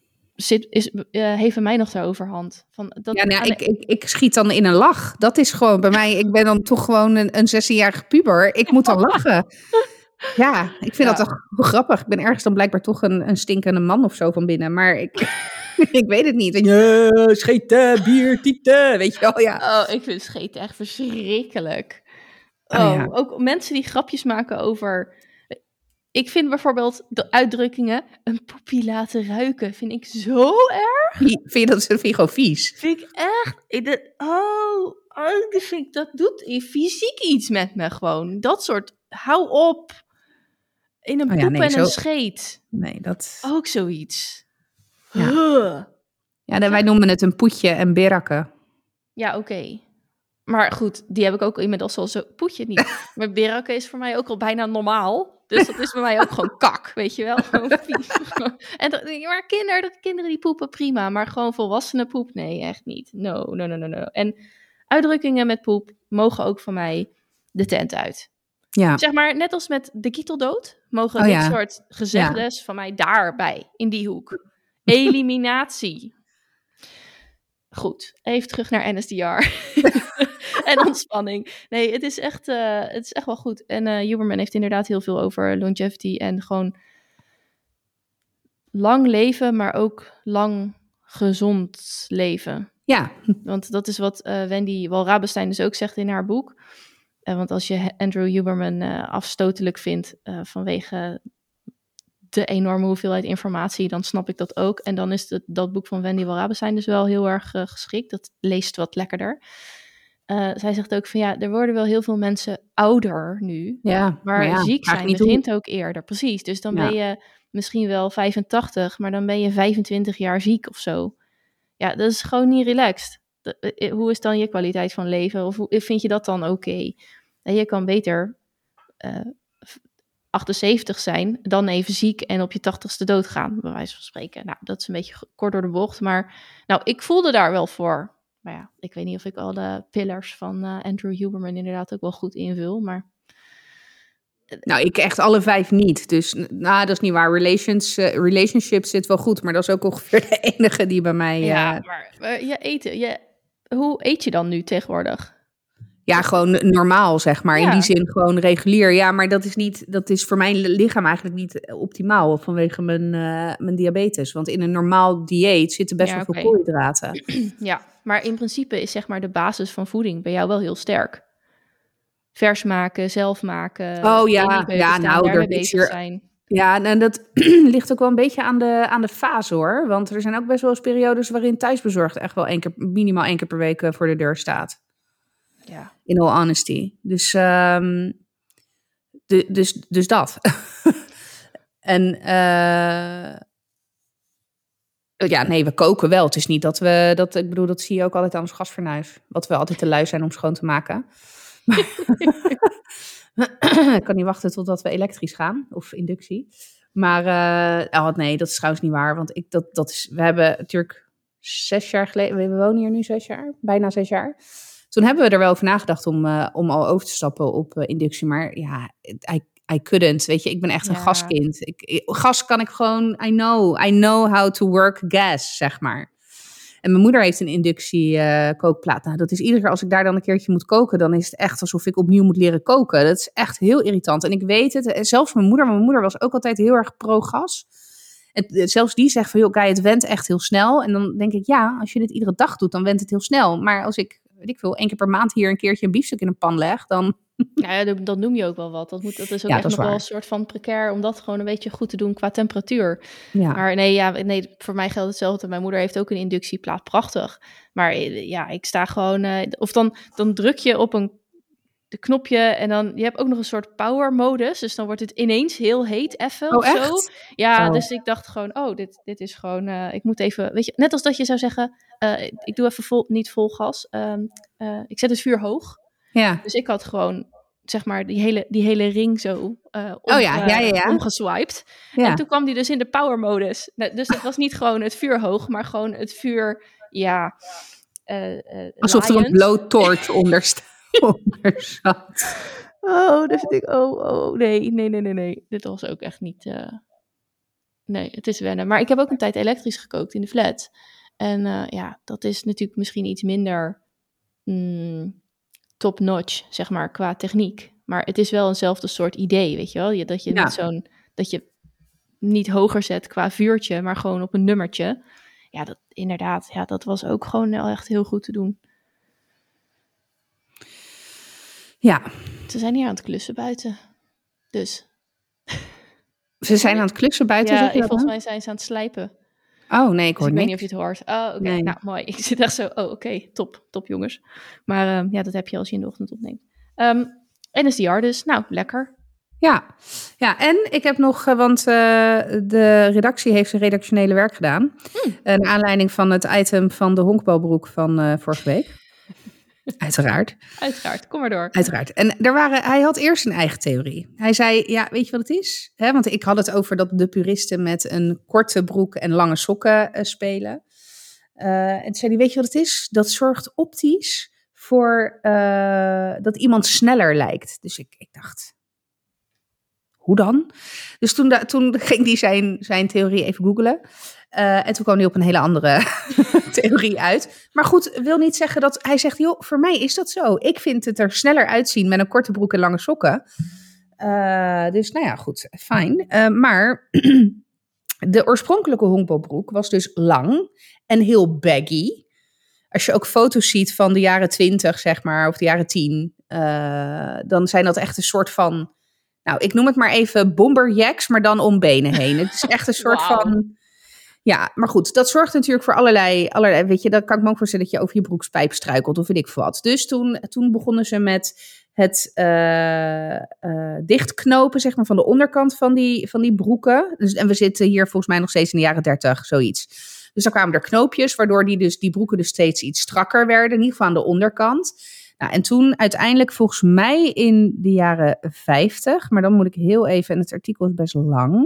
heeft bij mij nog de overhand. Ik schiet dan in een lach. Dat is gewoon bij mij. Ik ben dan toch gewoon een 16-jarige puber. Ik moet dan lachen. Ja, ik vind dat toch grappig. Ik ben ergens dan blijkbaar toch een stinkende man of zo van binnen. Maar ik weet het niet. Scheten, bier, tieten, weet je wel. Ja. Oh, ik vind scheten echt verschrikkelijk. Ook mensen die grapjes maken over... Ik vind bijvoorbeeld de uitdrukkingen een poepie laten ruiken, vind ik zo erg. Vind je dat gewoon vies? Vind ik echt. Dat doet fysiek iets met me gewoon. Dat soort, hou op. In een poep en een scheet. Nee, dat... Ook zoiets. Ja, wij noemen het een poetje en berakken. Ja, oké. Maar goed, die heb ik ook inmiddels al zo... Poetje niet. Maar berakken is voor mij ook al bijna normaal. Dus dat is bij mij ook gewoon kak, weet je wel. Gewoon vies. En maar kinderen die poepen prima, maar gewoon volwassenen poep, nee, echt niet. No. En uitdrukkingen met poep mogen ook van mij de tent uit. Ja. Zeg maar, net als met de kieteldood, mogen dit soort gezegdes van mij daarbij, in die hoek. Eliminatie. Goed, even terug naar NSDR. En ontspanning. Nee, het is echt wel goed. En Huberman heeft inderdaad heel veel over longevity en gewoon lang leven, maar ook lang gezond leven. Ja. Want dat is wat Wendy Walrabenstein dus ook zegt in haar boek. Want als je Andrew Huberman afstotelijk vindt vanwege de enorme hoeveelheid informatie, dan snap ik dat ook. En dan is dat boek van Wendy Walrabenstein dus wel heel erg geschikt. Dat leest wat lekkerder. Zij zegt ook van er worden wel heel veel mensen ouder nu. Ja, maar ziek zijn begint ook eerder. Precies, dus dan ben je misschien wel 85, maar dan ben je 25 jaar ziek of zo. Ja, dat is gewoon niet relaxed. Hoe is dan je kwaliteit van leven? Of hoe vind je dat dan oké? Je kan beter 78 zijn, dan even ziek en op je 80ste doodgaan, bij wijze van spreken. Nou, dat is een beetje kort door de bocht, maar ik voelde daar wel voor. Maar ik weet niet of ik alle pillars van Andrew Huberman inderdaad ook wel goed invul, maar... Nou, ik echt alle 5 niet. Dus, dat is niet waar. Relationship zit wel goed, maar dat is ook ongeveer de enige die bij mij... Ja, maar je eten... Hoe eet je dan nu tegenwoordig? Ja, gewoon normaal, zeg maar. Ja. In die zin gewoon regulier. Ja, maar dat is voor mijn lichaam eigenlijk niet optimaal vanwege mijn diabetes. Want in een normaal dieet zitten best wel veel koolhydraten. Ja, maar in principe is zeg maar de basis van voeding bij jou wel heel sterk. Vers maken, zelf maken. Oh ja, dat is hier... zijn. Ja, en dat ligt ook wel een beetje aan de fase, hoor. Want er zijn ook best wel eens periodes waarin thuisbezorgd echt wel minimaal 1 keer per week voor de deur staat. Ja. In all honesty. Dus dat. En we koken wel. Het is niet dat ik bedoel, dat zie je ook altijd aan ons gasfornuis. Wat we altijd te lui zijn om schoon te maken. Ik kan niet wachten totdat we elektrisch gaan. Of inductie. Maar nee, dat is trouwens niet waar. Want we hebben natuurlijk 6 jaar geleden... We wonen hier nu 6 jaar. Bijna 6 jaar. Toen hebben we er wel over nagedacht om al over te stappen op inductie. Maar ja, I couldn't. Weet je, ik ben echt een gaskind. Gas kan ik gewoon... I know how to work gas, zeg maar. En mijn moeder heeft een inductie-kookplaat. Nou, dat is iedere keer als ik daar dan een keertje moet koken... dan is het echt alsof ik opnieuw moet leren koken. Dat is echt heel irritant. En ik weet het, zelfs mijn moeder was ook altijd heel erg pro-gas. En zelfs die zegt van, joh, Guy, het went echt heel snel. En dan denk ik, als je dit iedere dag doet, dan went het heel snel. Maar als ik... weet ik veel, 1 keer per maand hier een keertje een biefstuk in een pan leg, dan... Ja, dat noem je ook wel wat. Dat is ook echt nog wel een soort van precair, om dat gewoon een beetje goed te doen qua temperatuur. Ja. Maar nee, voor mij geldt hetzelfde. Mijn moeder heeft ook een inductieplaat, prachtig. Maar ik sta gewoon... of dan druk je op de knopje en dan... Je hebt ook nog een soort power modus, dus dan wordt het ineens heel heet even of echt? zo. Ja, dus ik dacht gewoon, dit is gewoon... ik moet even... Weet je, net als dat je zou zeggen... ik doe even niet vol gas. Ik zet het vuur hoog. Ja. Dus ik had gewoon, zeg maar, die hele ring zo omgeswiped. Ja. En toen kwam die dus in de power modus. Dus het was niet gewoon het vuur hoog, maar gewoon het vuur, alsof er een blowtorch onder zat. Dus ik, nee. Dit was ook echt niet... Nee, het is wennen. Maar ik heb ook een tijd elektrisch gekookt in de flat. En dat is natuurlijk misschien iets minder top-notch, zeg maar, qua techniek. Maar het is wel eenzelfde soort idee, weet je wel? Dat je dat je niet hoger zet qua vuurtje, maar gewoon op een nummertje. Ja, dat was ook gewoon echt heel goed te doen. Ja. Ze zijn hier aan het klussen buiten. Dus. Ze zijn aan het klussen buiten? Ja, volgens mij zijn ze aan het slijpen. Oh, nee, ik hoor dus ik niks. weet niet of je het hoort. Oh, oké. Nee. Nou, mooi. Ik zit echt zo, oké, top jongens. Maar dat heb je als je in de ochtend opneemt. NSDR dus, nou, lekker. Ja, en ik heb nog, want de redactie heeft zijn redactionele werk gedaan. Naar aanleiding van het item van de honkbalbroek van vorige week. Uiteraard. Uiteraard, kom maar door. Uiteraard. En hij had eerst een eigen theorie. Hij zei, ja, weet je wat het is? Want ik had het over dat de puristen met een korte broek en lange sokken spelen. En toen zei hij, weet je wat het is? Dat zorgt optisch voor dat iemand sneller lijkt. Dus ik dacht, hoe dan? Dus toen ging hij zijn theorie even googlen. En toen kwam hij op een hele andere theorie uit. Maar goed, wil niet zeggen dat... Hij zegt, joh, voor mij is dat zo. Ik vind het er sneller uitzien met een korte broek en lange sokken. Dus nou ja, goed, fijn. Maar de oorspronkelijke honkbalbroek was dus lang en heel baggy. Als je ook foto's ziet van de jaren 20, zeg maar, of de jaren 10... dan zijn dat echt een soort van... Nou, ik noem het maar even bomberjacks, maar dan om benen heen. Het is echt een soort van... Ja, maar goed, dat zorgt natuurlijk voor allerlei, weet je, dan kan ik me ook voorstellen dat je over je broekspijp struikelt of weet ik veel wat. Dus toen begonnen ze met het dichtknopen, zeg maar, van de onderkant van die broeken. Dus, en we zitten hier volgens mij nog steeds in de jaren 30, zoiets. Dus dan kwamen er knoopjes, waardoor die broeken dus steeds iets strakker werden, in ieder geval aan de onderkant. Nou, en toen uiteindelijk volgens mij in de jaren 50, maar dan moet ik heel even, en het artikel is best lang.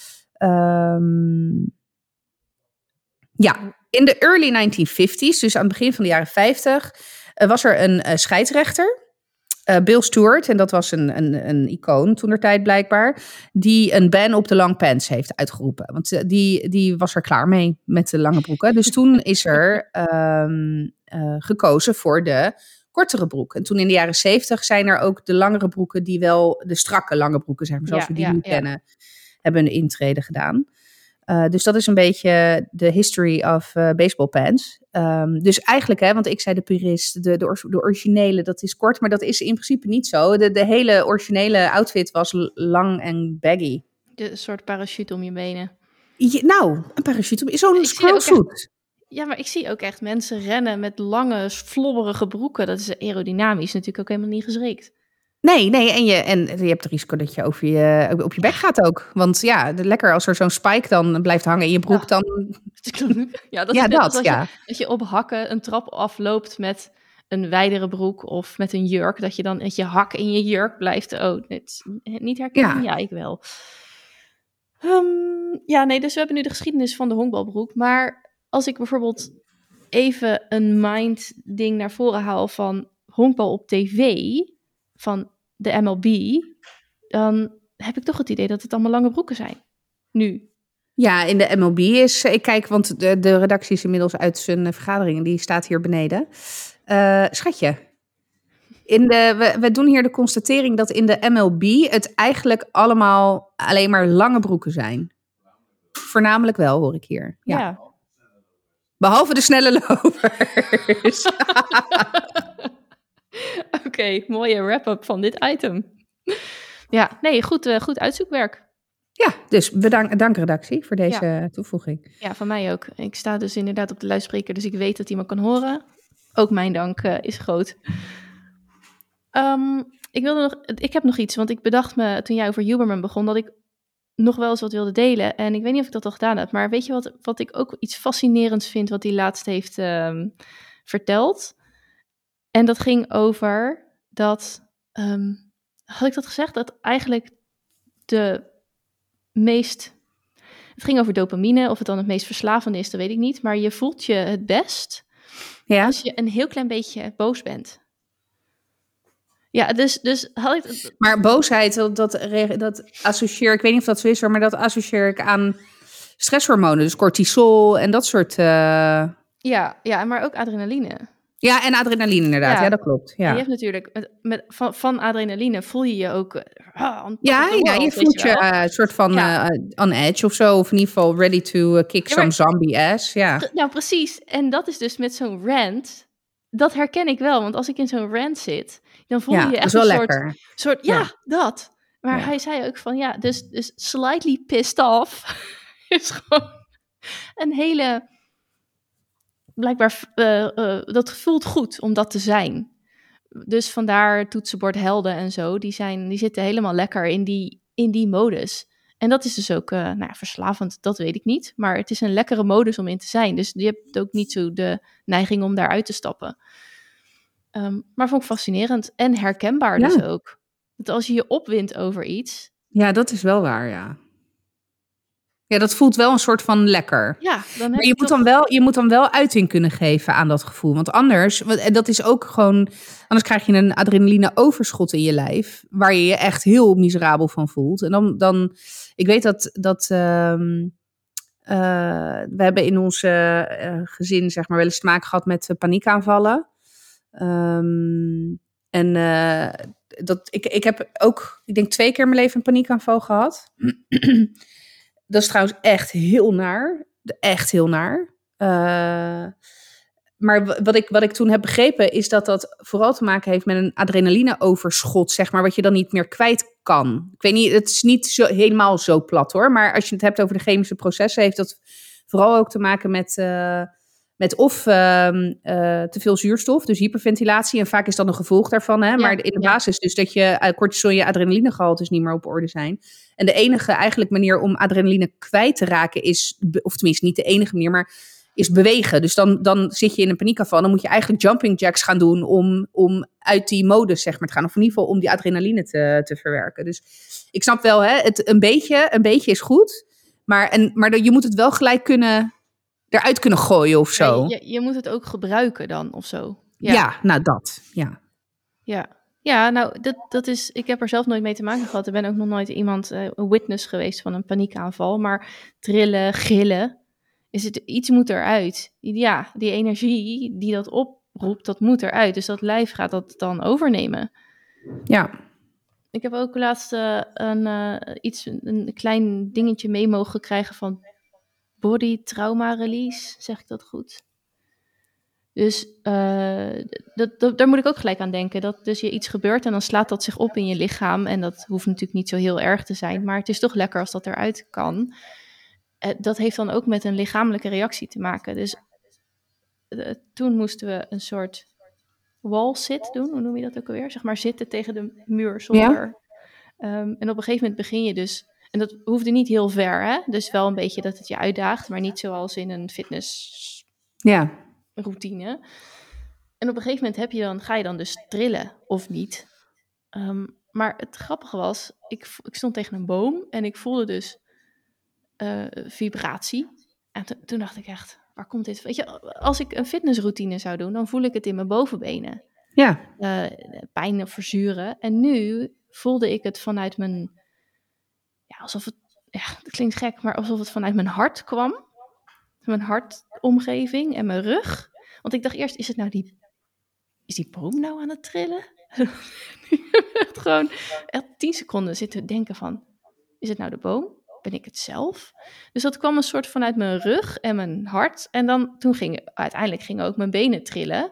Ja, in de early 1950s, dus aan het begin van de jaren 50, was er een scheidsrechter, Bill Stewart, en dat was een icoon toentertijd blijkbaar, die een ban op de long pants heeft uitgeroepen. Want die was er klaar mee met de lange broeken. Dus toen is er gekozen voor de kortere broek. En toen in de jaren 70 zijn er ook de langere broeken die wel de strakke lange broeken, zeg maar, zoals we die nu kennen, hebben een intrede gedaan. Dus dat is een beetje de history of baseball pants. Dus eigenlijk, want ik zei de purist, de originele, dat is kort, maar dat is in principe niet zo. De hele originele outfit was lang en baggy. Een soort parachute om je benen. Nou, een parachute, zo'n scrollsuit. Ja, maar ik zie ook echt mensen rennen met lange, flobberige broeken. Dat is aerodynamisch natuurlijk ook helemaal niet geschikt. Nee, en je hebt het risico dat je op je bek gaat ook. Want ja, lekker als er zo'n spike dan blijft hangen in je broek, dan... Ja, dat is dat je op hakken een trap afloopt met een wijdere broek of met een jurk. Dat je dan met je hak in je jurk blijft. Oh, niet herkennen? Ja, ik wel. Dus we hebben nu de geschiedenis van de honkbalbroek. Maar als ik bijvoorbeeld even een mind ding naar voren haal van honkbal op tv, van de MLB, dan heb ik toch het idee dat het allemaal lange broeken zijn. Nu. Ja, in de MLB is... Ik kijk, want de redactie is inmiddels uit zijn vergaderingen. Die staat hier beneden. Schatje. We doen hier de constatering dat in de MLB het eigenlijk allemaal alleen maar lange broeken zijn. Voornamelijk wel, hoor ik hier. Ja. Behalve de snelle lopers. Oké, mooie wrap-up van dit item. Ja, nee, goed uitzoekwerk. Ja, dus dank redactie voor deze toevoeging. Ja, van mij ook. Ik sta dus inderdaad op de luidspreker, dus ik weet dat iemand kan horen. Ook mijn dank is groot. Ik heb nog iets, want ik bedacht me toen jij over Huberman begon, dat ik nog wel eens wat wilde delen. En ik weet niet of ik dat al gedaan heb, maar weet je wat ik ook iets fascinerends vind, wat hij laatst heeft verteld? En dat ging over dat, had ik dat gezegd? Dat eigenlijk het ging over dopamine, of het dan het meest verslavende is, dat weet ik niet. Maar je voelt je het best als je een heel klein beetje boos bent. Ja, dus had ik... Maar boosheid, dat associeer ik, weet niet of dat zo is, maar dat associeer ik aan stresshormonen. Dus cortisol en dat soort... Ja, maar ook adrenaline. Ja, en adrenaline inderdaad. Ja, dat klopt. Ja. En je hebt natuurlijk, van adrenaline voel je je ook... je voelt je een soort van on edge of zo. Of in ieder geval ready to kick some zombie ass. Ja. Nou, precies. En dat is dus met zo'n rant. Dat herken ik wel. Want als ik in zo'n rant zit, dan voel je echt een soort dat. Maar hij zei ook van, dus slightly pissed off is gewoon een hele... Blijkbaar, dat voelt goed om dat te zijn. Dus vandaar toetsenbord helden en zo. Die zitten helemaal lekker in die modus. En dat is dus ook verslavend, dat weet ik niet. Maar het is een lekkere modus om in te zijn. Dus je hebt ook niet zo de neiging om daaruit te stappen. Maar vond ik fascinerend en herkenbaar dus ook. Dat als je je opwindt over iets... Ja, dat is wel waar, ja. Ja, dat voelt wel een soort van lekker. Ja, dan heb Maar je moet dan wel uiting kunnen geven aan dat gevoel. Want anders, en dat is ook gewoon... Anders krijg je een adrenaline-overschot in je lijf... waar je je echt heel miserabel van voelt. En dan ik weet dat we hebben in ons gezin zeg maar wel eens te maken gehad met paniekaanvallen. Ik heb ook, ik denk 2 keer in mijn leven een paniekaanval gehad. Dat is trouwens echt heel naar. Echt heel naar. Maar wat ik toen heb begrepen is dat vooral te maken heeft met een adrenalineoverschot, zeg maar, wat je dan niet meer kwijt kan. Ik weet niet, het is niet helemaal zo plat hoor, maar als je het hebt over de chemische processen, heeft dat vooral ook te maken met of te veel zuurstof, dus hyperventilatie. En vaak is dat een gevolg daarvan. Hè? Maar in de basis dus dat je cortisol en je adrenalinegehaltes niet meer op orde zijn. En de enige eigenlijk manier om adrenaline kwijt te raken is, of tenminste niet de enige manier, maar is bewegen. Dus dan zit je in een paniekaanval. Dan moet je eigenlijk jumping jacks gaan doen om uit die modus zeg maar te gaan. Of in ieder geval om die adrenaline te verwerken. Dus ik snap wel, hè, een beetje is goed. Maar je moet het wel gelijk eruit kunnen gooien of zo. Ja, je moet het ook gebruiken dan of zo. Ja, nou dat. Ja, nou dat is... Ik heb er zelf nooit mee te maken gehad. Ik ben ook nog nooit een witness geweest van een paniekaanval. Maar trillen, gillen... Iets moet eruit. Ja, die energie die dat oproept, dat moet eruit. Dus dat lijf gaat dat dan overnemen. Ja. Ik heb ook laatst een klein dingetje mee mogen krijgen van body trauma release. Zeg ik dat goed? Dus daar moet ik ook gelijk aan denken. Dat dus je iets gebeurt en dan slaat dat zich op in je lichaam. En dat hoeft natuurlijk niet zo heel erg te zijn. Maar het is toch lekker als dat eruit kan. Dat heeft dan ook met een lichamelijke reactie te maken. Dus toen moesten we een soort wall sit doen. Hoe noem je dat ook alweer? Zeg maar zitten tegen de muur zonder... Ja. En op een gegeven moment begin je dus... En dat hoefde niet heel ver, hè? Dus wel een beetje dat het je uitdaagt, maar niet zoals in een fitness routine. En op een gegeven moment ga je dan dus trillen, of niet. Maar het grappige was, ik stond tegen een boom en ik voelde dus vibratie. En toen dacht ik echt, waar komt dit? Weet je, als ik een fitnessroutine zou doen, dan voel ik het in mijn bovenbenen. Ja. Pijn of verzuren. En nu voelde ik het vanuit mijn... Ja, alsof het... Ja, dat klinkt gek, maar alsof het vanuit mijn hart kwam. Mijn hartomgeving en mijn rug. Want ik dacht eerst, is die boom nou aan het trillen? Gewoon echt 10 seconden zitten denken van, is het nou de boom? Ben ik het zelf? Dus dat kwam een soort vanuit mijn rug en mijn hart. En uiteindelijk gingen ook mijn benen trillen.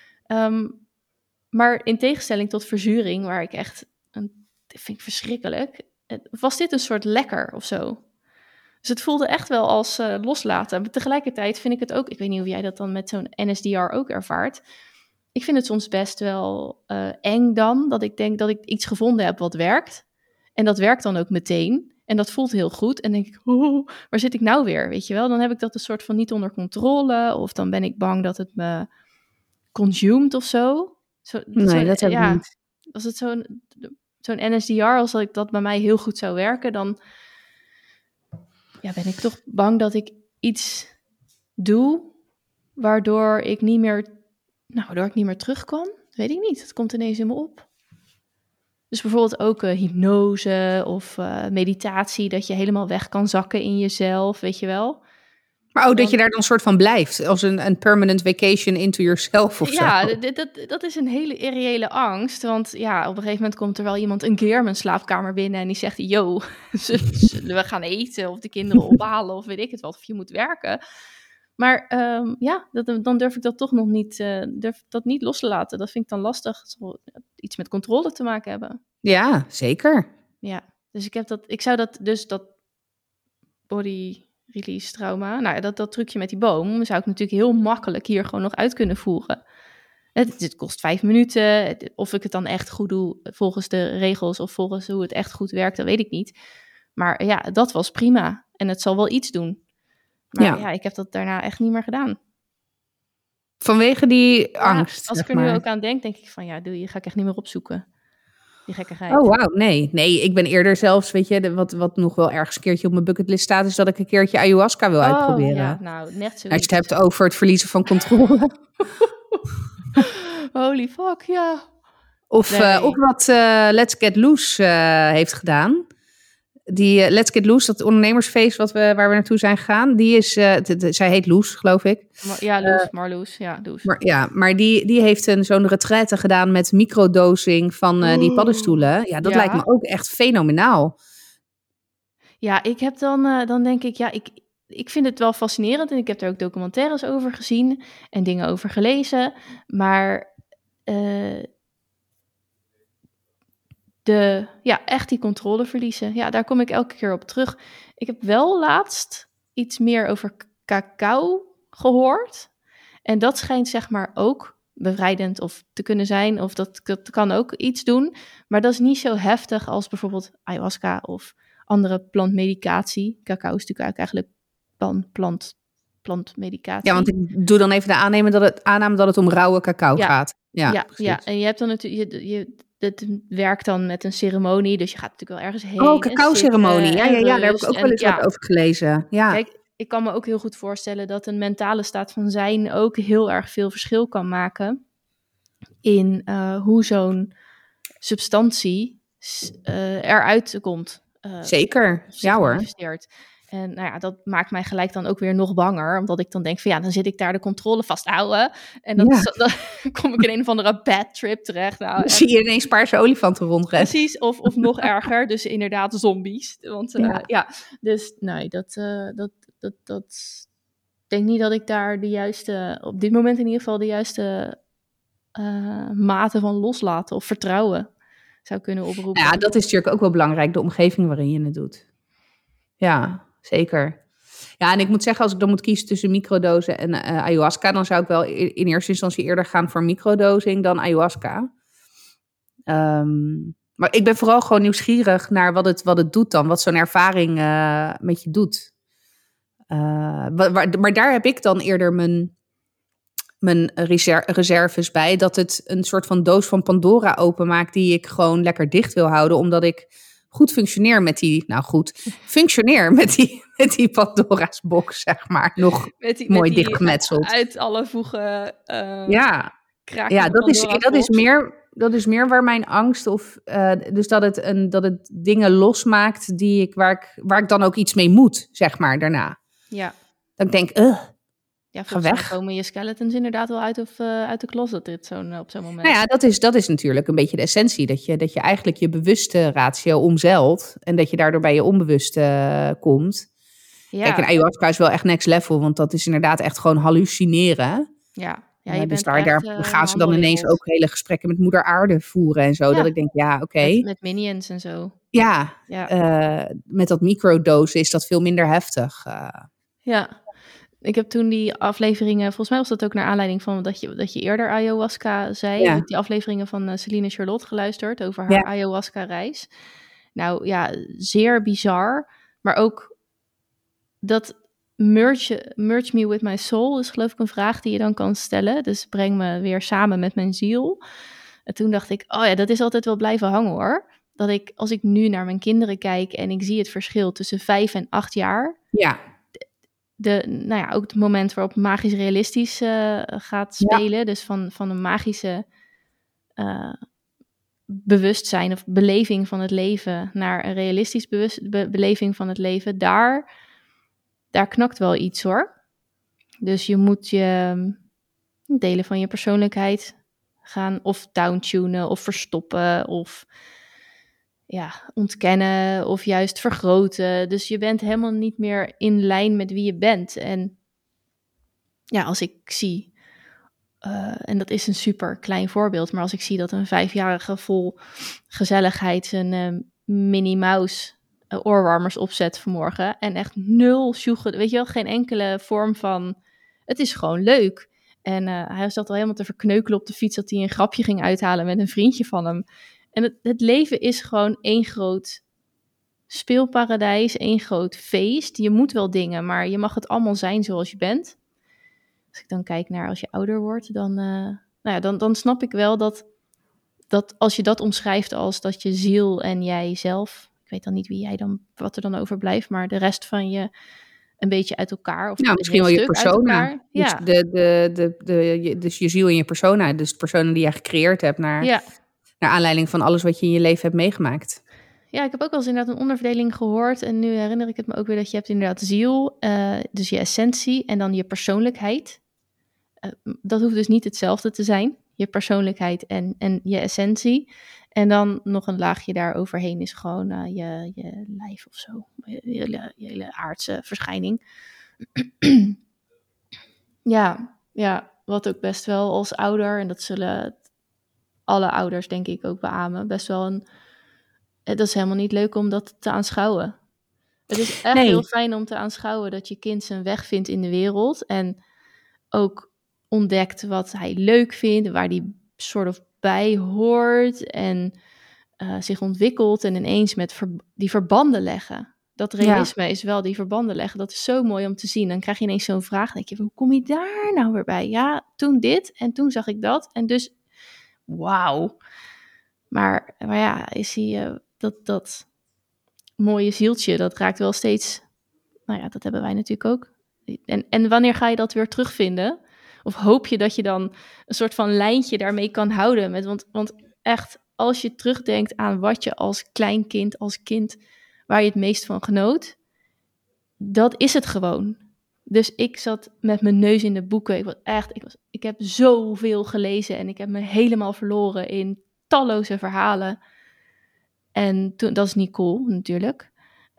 Maar in tegenstelling tot verzuring, waar ik echt, dat vind ik verschrikkelijk, was dit een soort lekker of zo. Dus het voelde echt wel als loslaten. Maar tegelijkertijd vind ik het ook, ik weet niet of jij dat dan met zo'n NSDR ook ervaart. Ik vind het soms best wel eng dan, dat ik denk dat ik iets gevonden heb wat werkt. En dat werkt dan ook meteen. En dat voelt heel goed. En denk ik, waar zit ik nou weer? Weet je wel, dan heb ik dat een soort van niet onder controle. Of dan ben ik bang dat het me consumed of zo. Nee, dat heb ik niet. Als het zo'n NSDR, als dat bij mij heel goed zou werken, dan ben ik toch bang dat ik iets doe waardoor ik niet meer terugkwam. Weet ik niet. Het komt ineens in me op. Dus bijvoorbeeld ook hypnose of meditatie, dat je helemaal weg kan zakken in jezelf, weet je wel. Maar dat je daar dan een soort van blijft, als een permanent vacation into yourself of zo. Ja, dat is een hele irreële angst, want ja, op een gegeven moment komt er wel iemand een keer mijn slaapkamer binnen en die zegt, yo, zullen we gaan eten of de kinderen ophalen of weet ik het wat, of je moet werken. Maar dan durf ik dat toch nog niet, niet los te laten. Dat vind ik dan lastig. Het zal iets met controle te maken hebben. Ja, zeker. Ja, dus ik zou dat body release trauma, nou ja, dat trucje met die boom, zou ik natuurlijk heel makkelijk hier gewoon nog uit kunnen voeren. Het kost 5 minuten. Of ik het dan echt goed doe volgens de regels of volgens hoe het echt goed werkt, dat weet ik niet. Maar ja, dat was prima. En het zal wel iets doen. Maar ja, ik heb dat daarna echt niet meer gedaan. Vanwege die Ja, angst, als ik zeg er nu maar. ook aan denk ik van ja, doe je, ga ik echt niet meer opzoeken. Die Oh, gekkigheid. wauw. Nee, ik ben eerder zelfs, weet je, wat nog wel ergens een keertje op mijn bucketlist staat, is dat ik een keertje ayahuasca wil Oh uitproberen. ja, nou, net Als je het zoiets. hebt over het verliezen van controle. Holy fuck, ja. Of Nee. wat Let's Get Loose heeft gedaan. Die Let's Get Loose, dat ondernemersfeest waar we naartoe zijn gegaan, die is, zij heet Loes, geloof ik. Marloes, ja, Loes. Maar die heeft zo'n retraite gedaan met microdosing van die paddenstoelen. Ja, dat lijkt me ook echt fenomenaal. Ja, ik heb dan denk ik, ja, ik vind het wel fascinerend en ik heb er ook documentaires over gezien en dingen over gelezen, maar echt die controle verliezen, ja, daar kom ik elke keer op terug. Ik heb wel laatst iets meer over cacao gehoord en dat schijnt zeg maar ook bevrijdend of te kunnen zijn, of dat kan ook iets doen, maar dat is niet zo heftig als bijvoorbeeld ayahuasca of andere plantmedicatie. Cacao is natuurlijk eigenlijk plantmedicatie. Ja, want ik doe dan even de aanname dat het om rauwe cacao gaat. Ja, en je hebt dan natuurlijk, het werkt dan met een ceremonie, dus je gaat natuurlijk wel ergens heen. Oh, cacao-ceremonie. Ja, daar heb ik ook wel eens wat over gelezen. Ja. Kijk, ik kan me ook heel goed voorstellen dat een mentale staat van zijn ook heel erg veel verschil kan maken in hoe zo'n substantie eruit komt. Zeker, ja hoor. En nou ja, dat maakt mij gelijk dan ook weer nog banger. Omdat ik dan denk van ja, dan zit ik daar de controle vasthouden. En dan kom ik in een of andere bad trip terecht. Nou, zie je ineens paarse olifanten rondrennen. Precies, of nog erger. Dus inderdaad zombies. Want dus nee, ik denk niet dat ik daar op dit moment in ieder geval de juiste mate van loslaten of vertrouwen zou kunnen oproepen. Ja, dat is natuurlijk ook wel belangrijk, de omgeving waarin je het doet. Ja, zeker. Ja, en ik moet zeggen, als ik dan moet kiezen tussen microdosen en ayahuasca, dan zou ik wel in eerste instantie eerder gaan voor microdosing dan ayahuasca. Maar ik ben vooral gewoon nieuwsgierig naar wat het doet dan, wat zo'n ervaring met je doet. Maar daar heb ik dan eerder mijn reserves bij, dat het een soort van doos van Pandora openmaakt die ik gewoon lekker dicht wil houden, omdat ik goed functioneer met die Pandora's box, zeg maar. Nog mooi dichtgemetseld. Uit alle voegen ja, dat is meer waar mijn angst of dus dat het dingen losmaakt waar ik dan ook iets mee moet, zeg maar, daarna. Ja. Dat ik denk, ja, ga weg. Komen je skeletons inderdaad wel uit de closet op zo'n moment. Nou ja, dat is natuurlijk een beetje de essentie. Dat je eigenlijk je bewuste ratio omzeilt. En dat je daardoor bij je onbewuste komt. Ja. Kijk, en ayahuasca is wel echt next level. Want dat is inderdaad echt gewoon hallucineren. Ja, dus daar gaan ze dan ineens ook hele gesprekken met moeder aarde voeren en zo. Ja. Dat ik denk, ja, oké. Met minions en zo. Ja. Met dat microdosen is dat veel minder heftig. Ja. Ik heb toen die afleveringen, volgens mij was dat ook naar aanleiding van dat je eerder ayahuasca zei. Ja. Die afleveringen van Celine Charlotte geluisterd over haar ayahuasca-reis. Nou ja, zeer bizar. Maar ook dat merge me with my soul is geloof ik een vraag die je dan kan stellen. Dus breng me weer samen met mijn ziel. En toen dacht ik, oh ja, dat is altijd wel blijven hangen hoor. Dat als ik nu naar mijn kinderen kijk en ik zie het verschil tussen 5 en 8 jaar. Ja. Ook het moment waarop magisch realistisch gaat spelen. Ja. Dus van een magische bewustzijn of beleving van het leven naar een realistisch beleving van het leven. Daar knakt wel iets hoor. Dus je moet je delen van je persoonlijkheid gaan of downtunen of verstoppen of ontkennen of juist vergroten. Dus je bent helemaal niet meer in lijn met wie je bent. En ja, als ik zie, en dat is een super klein voorbeeld, maar als ik zie dat een 5-jarige vol gezelligheid zijn Minnie Mouse oorwarmers opzet vanmorgen en echt nul sjoegen, weet je wel, geen enkele vorm van, het is gewoon leuk. En hij zat al helemaal te verkneukelen op de fiets dat hij een grapje ging uithalen met een vriendje van hem. En het leven is gewoon één groot speelparadijs, één groot feest. Je moet wel dingen, maar je mag het allemaal zijn zoals je bent. Als ik dan kijk naar als je ouder wordt, dan snap ik wel dat als je dat omschrijft als dat je ziel en jij zelf, ik weet dan niet wat er dan overblijft, maar de rest van je een beetje uit elkaar, of Nou, een misschien heel wel je stuk uit persona. elkaar. Dus, Ja, dus je ziel en je persona. Dus de persona die jij gecreëerd hebt naar aanleiding van alles wat je in je leven hebt meegemaakt. Ja, ik heb ook wel eens inderdaad een onderverdeling gehoord. En nu herinner ik het me ook weer dat je hebt inderdaad ziel, dus je essentie en dan je persoonlijkheid. Dat hoeft dus niet hetzelfde te zijn, je persoonlijkheid en je essentie. En dan nog een laagje daar overheen is gewoon je lijf of zo. Je hele aardse verschijning. Ja, wat ook best wel als ouder, en dat zullen alle ouders denk ik ook beamen, best wel dat is helemaal niet leuk om dat te aanschouwen. Het is echt heel fijn om te aanschouwen dat je kind zijn weg vindt in de wereld en ook ontdekt wat hij leuk vindt, waar hij soort of bij hoort en zich ontwikkelt en ineens met die verbanden leggen. Dat realisme is wel die verbanden leggen. Dat is zo mooi om te zien. Dan krijg je ineens zo'n vraag. Dan denk je, hoe kom je daar nou weer bij? Ja, toen dit en toen zag ik dat. En dus, wauw. Maar ja, is hij dat mooie zieltje, dat raakt wel steeds. Nou ja, dat hebben wij natuurlijk ook. En wanneer ga je dat weer terugvinden? Of hoop je dat je dan een soort van lijntje daarmee kan houden? Want echt, als je terugdenkt aan wat je als kleinkind, als kind, waar je het meest van genoot, dat is het gewoon. Dus ik zat met mijn neus in de boeken. Ik heb zoveel gelezen en ik heb me helemaal verloren in talloze verhalen. En toen, dat is niet cool, natuurlijk.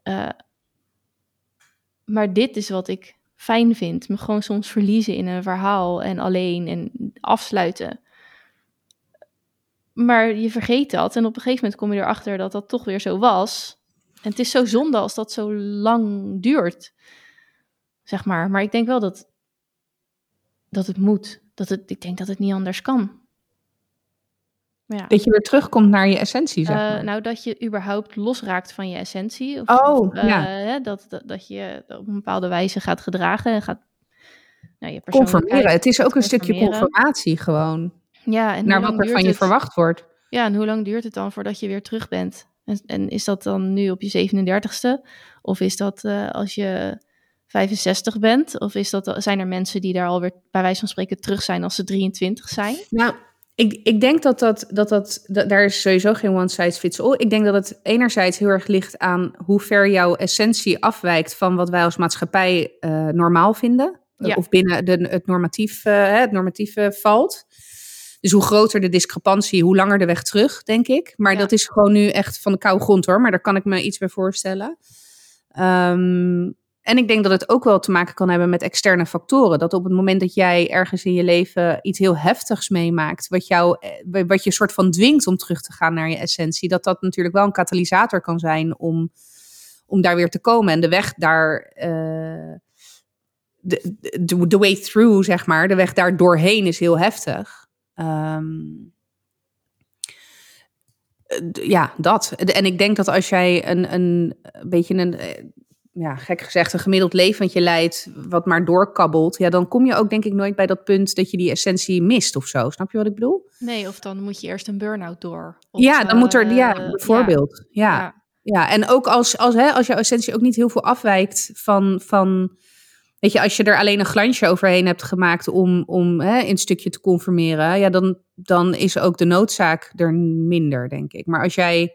Maar dit is wat ik fijn vind. Me gewoon soms verliezen in een verhaal en alleen en afsluiten. Maar je vergeet dat en op een gegeven moment kom je erachter dat dat toch weer zo was. En het is zo zonde als dat zo lang duurt, zeg maar. Maar ik denk wel dat het moet. Ik denk dat het niet anders kan. Ja. Dat je weer terugkomt naar je essentie, zeg maar. Nou, dat je überhaupt losraakt van je essentie. Dat je op een bepaalde wijze gaat gedragen en gaat je conformeren. Het is ook een stukje conformatie gewoon. Ja, en naar wat er van je verwacht wordt. Ja, en hoe lang duurt het dan voordat je weer terug bent? En is dat dan nu op je 37ste? Of is dat als je 65 bent? Of zijn er mensen die daar alweer bij wijze van spreken terug zijn als ze 23 zijn? Nou, ik denk dat daar is sowieso geen one size fits all. Ik denk dat het enerzijds heel erg ligt aan hoe ver jouw essentie afwijkt van wat wij als maatschappij normaal vinden. Ja. Of binnen het normatieve valt. Dus hoe groter de discrepantie, hoe langer de weg terug, denk ik. Maar dat is gewoon nu echt van de koude grond hoor. Maar daar kan ik me iets bij voorstellen. En ik denk dat het ook wel te maken kan hebben met externe factoren. Dat op het moment dat jij ergens in je leven iets heel heftigs meemaakt, wat je soort van dwingt om terug te gaan naar je essentie, dat natuurlijk wel een katalysator kan zijn om daar weer te komen. En de weg daar, the way through, zeg maar, de weg daar doorheen is heel heftig. Dat. En ik denk dat als jij een beetje gek gezegd, een gemiddeld leventje leidt, wat maar doorkabbelt, dan kom je ook denk ik nooit bij dat punt dat je die essentie mist of zo. Snap je wat ik bedoel? Nee, of dan moet je eerst een burn-out door. Of, dan moet er, bijvoorbeeld. Ja. En ook als jouw essentie ook niet heel veel afwijkt van weet je, als je er alleen een glansje overheen hebt gemaakt om in een stukje te conformeren, dan is ook de noodzaak er minder, denk ik. Maar als jij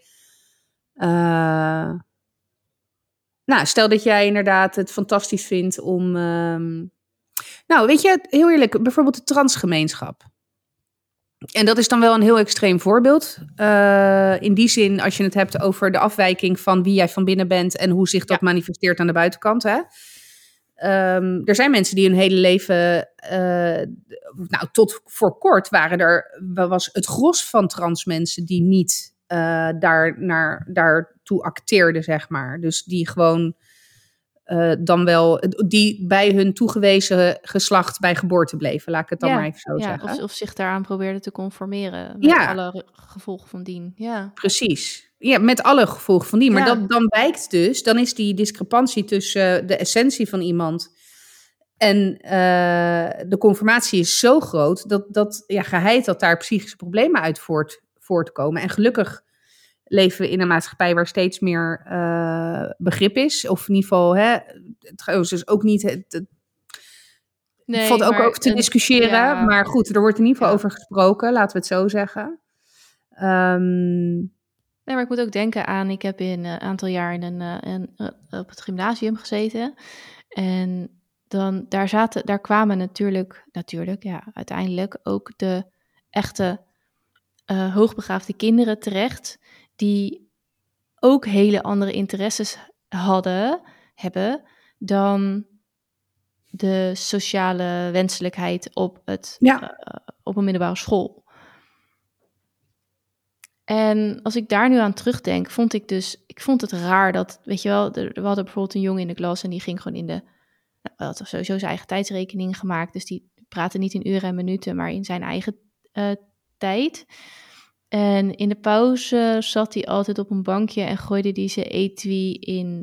stel dat jij inderdaad het fantastisch vindt om weet je, heel eerlijk, bijvoorbeeld de transgemeenschap. En dat is dan wel een heel extreem voorbeeld. In die zin, als je het hebt over de afwijking van wie jij van binnen bent en hoe zich dat manifesteert aan de buitenkant, hè. Er zijn mensen die hun hele leven, tot voor kort was het gros van trans mensen die niet daartoe acteerden, zeg maar. Dus die gewoon die bij hun toegewezen geslacht bij geboorte bleven, laat ik het dan maar even zo zeggen. Of zich daaraan probeerden te conformeren met alle gevolgen van dien. Ja. Precies. Ja, met alle gevolgen van dien. Maar dan wijkt dus, dan is die discrepantie tussen de essentie van iemand En de conformatie is zo groot dat geheid dat daar psychische problemen uit voortkomen. En gelukkig leven we in een maatschappij waar steeds meer begrip is. Of in ieder geval, het is dus ook niet... Het valt ook over te discussiëren. Ja, maar goed, er wordt in ieder geval over gesproken. Laten we het zo zeggen. Nee, maar ik moet ook denken aan... Ik heb in een aantal jaar op het gymnasium gezeten. En dan daar kwamen natuurlijk uiteindelijk ook de echte hoogbegaafde kinderen terecht, die ook hele andere interesses hebben dan de sociale wenselijkheid op een middelbare school. En als ik daar nu aan terugdenk, ik vond het raar dat, weet je wel, we hadden bijvoorbeeld een jongen in de klas en die ging gewoon had sowieso zijn eigen tijdsrekening gemaakt, dus die praatte niet in uren en minuten, maar in zijn eigen tijd. En in de pauze zat hij altijd op een bankje en gooide hij zijn etui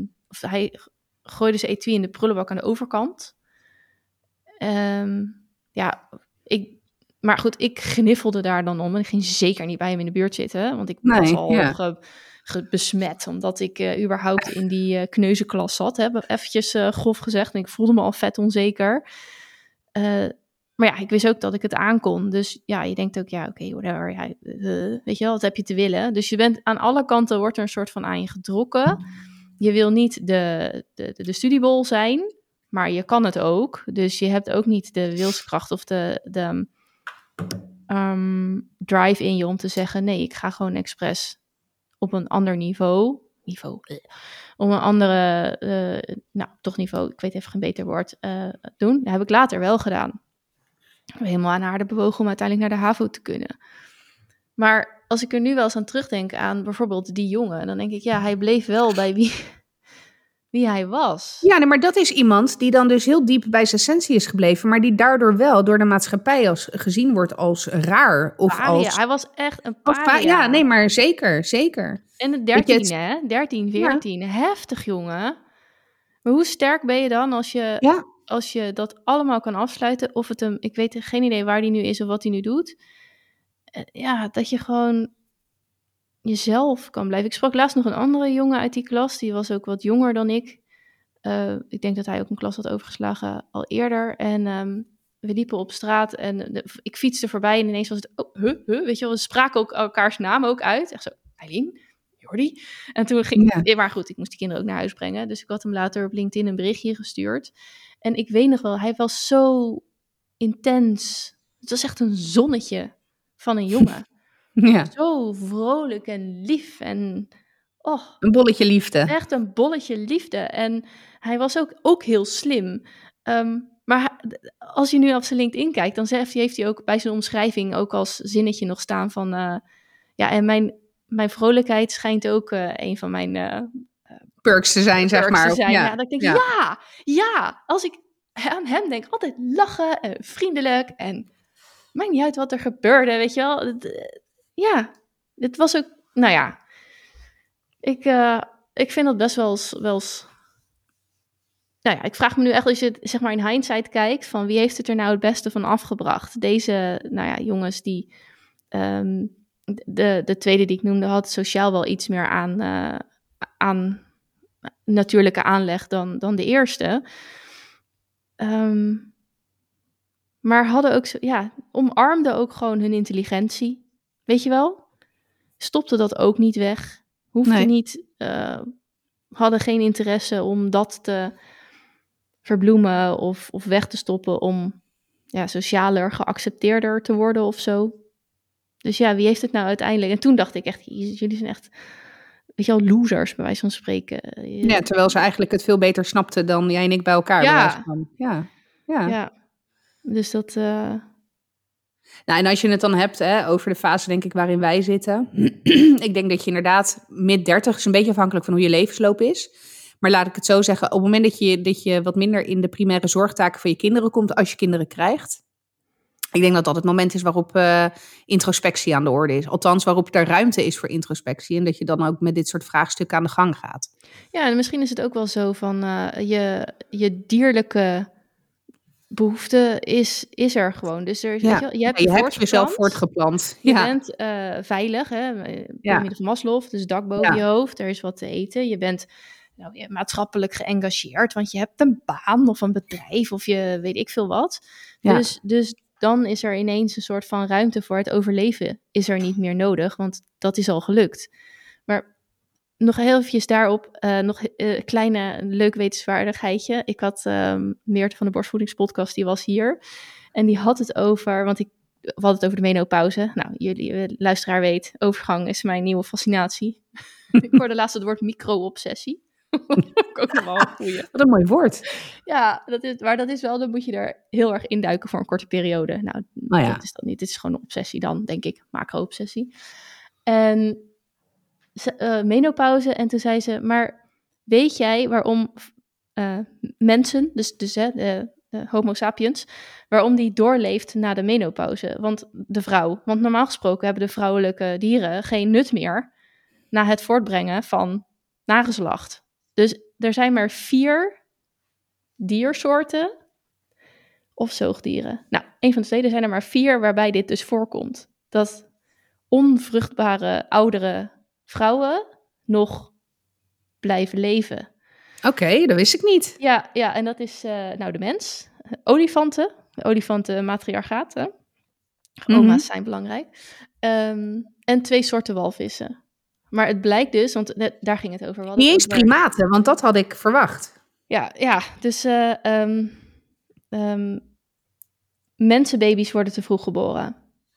in de prullenbak aan de overkant. Maar goed, ik gniffelde daar dan om en ik ging zeker niet bij hem in de buurt zitten, want ik was al besmet, omdat ik überhaupt in die kneuzenklas zat, eventjes grof gezegd, en ik voelde me al vet onzeker. Maar ja, ik wist ook dat ik het aankon. Dus ja, je denkt ook, whatever. Weet je wel, wat heb je te willen? Dus je bent aan alle kanten, wordt er een soort van aan je gedrokken. Je wil niet de studiebol zijn, maar je kan het ook. Dus je hebt ook niet de wilskracht of de drive in je om te zeggen, nee, ik ga gewoon expres op een ander niveau, om een andere, toch niveau, ik weet even geen beter woord, doen. Dat heb ik later wel gedaan. Helemaal aan haar bewogen om uiteindelijk naar de HAVO te kunnen. Maar als ik er nu wel eens aan terugdenk aan bijvoorbeeld die jongen, dan denk ik, hij bleef wel bij wie hij was. Ja, nee, maar dat is iemand die dan dus heel diep bij zijn essentie is gebleven, maar die daardoor wel door de maatschappij gezien wordt als raar. Of paria. Hij was echt een paria. Ja, nee, maar zeker. En de 13, 14, heftig jongen. Maar hoe sterk ben je dan als je dat allemaal kan afsluiten? Of ik weet geen idee waar hij nu is of wat hij nu doet. Dat je gewoon jezelf kan blijven. Ik sprak laatst nog een andere jongen uit die klas. Die was ook wat jonger dan ik. Ik denk dat hij ook een klas had overgeslagen al eerder. En we liepen op straat en ik fietste voorbij en ineens was het, weet je wel, we spraken ook elkaars namen ook uit. Echt zo, Eileen, Jordi. En toen ging maar goed, ik moest die kinderen ook naar huis brengen. Dus ik had hem later op LinkedIn een berichtje gestuurd. En ik weet nog wel, hij was zo intens. Het was echt een zonnetje van een jongen. Ja. Zo vrolijk en lief en... een bolletje liefde. Echt een bolletje liefde. En hij was ook heel slim. Maar als je nu op zijn LinkedIn kijkt, dan heeft hij ook bij zijn omschrijving ook als zinnetje nog staan van... en mijn vrolijkheid schijnt ook een van mijn... perks te zijn, zeg maar. Ja, dat ik denk, als ik aan hem denk, altijd lachen en vriendelijk en maakt niet uit wat er gebeurde, weet je wel. Het was ook, ik vind dat best wel eens... ik vraag me nu echt, als je zeg maar in hindsight kijkt, van wie heeft het er nou het beste van afgebracht? Deze, jongens die... de tweede die ik noemde had sociaal wel iets meer aan natuurlijke aanleg dan de eerste. Maar hadden ook omarmden ook gewoon hun intelligentie. Weet je wel? Stopte dat ook niet weg. Hoefde niet... hadden geen interesse om dat te verbloemen of weg te stoppen om socialer geaccepteerder te worden of zo. Dus wie heeft het nou uiteindelijk? En toen dacht ik echt, jullie zijn echt, weet je wel, losers bij wijze van spreken. Ja, terwijl ze eigenlijk het veel beter snapten dan jij en ik bij elkaar. Ja. Dus dat... en als je het dan hebt over de fase, denk ik, waarin wij zitten. Ik denk dat je inderdaad mid-30, is een beetje afhankelijk van hoe je levensloop is. Maar laat ik het zo zeggen, op het moment dat je wat minder in de primaire zorgtaken van je kinderen komt, als je kinderen krijgt. Ik denk dat dat het moment is waarop introspectie aan de orde is. Althans, waarop er ruimte is voor introspectie. En dat je dan ook met dit soort vraagstukken aan de gang gaat. Ja, en misschien is het ook wel zo van je dierlijke behoefte is er gewoon. Dus weet je wel, je hebt jezelf voortgeplant. Je bent veilig, hè? Piramide van Maslow, dus dak boven je hoofd. Er is wat te eten. Je bent maatschappelijk geëngageerd, want je hebt een baan of een bedrijf of je weet ik veel wat. Ja. Dus dan is er ineens een soort van ruimte voor het overleven. Is er niet meer nodig, want dat is al gelukt. Maar nog heel eventjes daarop, nog een kleine leuk wetenswaardigheidje. Ik had Meert van de Borstvoedingspodcast, die was hier. En die had het over, we hadden het over de menopauze. Nou, jullie luisteraar weet, overgang is mijn nieuwe fascinatie. Ik hoorde laatst het woord micro-obsessie. Ook nog wel een goeie. Wat een mooi woord. Ja, dat is wel, dan moet je er heel erg induiken voor een korte periode. Nou, dat is dat niet. Dit is gewoon een obsessie dan, denk ik. Macro-obsessie. En menopauze. En toen zei ze, maar weet jij waarom mensen, dus de homo sapiens, waarom die doorleeft na de menopauze? Want normaal gesproken hebben de vrouwelijke dieren geen nut meer na het voortbrengen van nageslacht. Dus er zijn maar 4 diersoorten of zoogdieren. Nou, een van de twee, er zijn er maar 4 waarbij dit dus voorkomt. Dat onvruchtbare oudere vrouwen nog blijven leven. Oké, dat wist ik niet. Ja, en dat is de mens. Olifanten matriarchaat. Hè? Oma's zijn belangrijk. En 2 soorten walvissen. Maar het blijkt dus, want daar ging het over. Niet eens primaten, want dat had ik verwacht. Ja, dus mensenbaby's worden te vroeg geboren.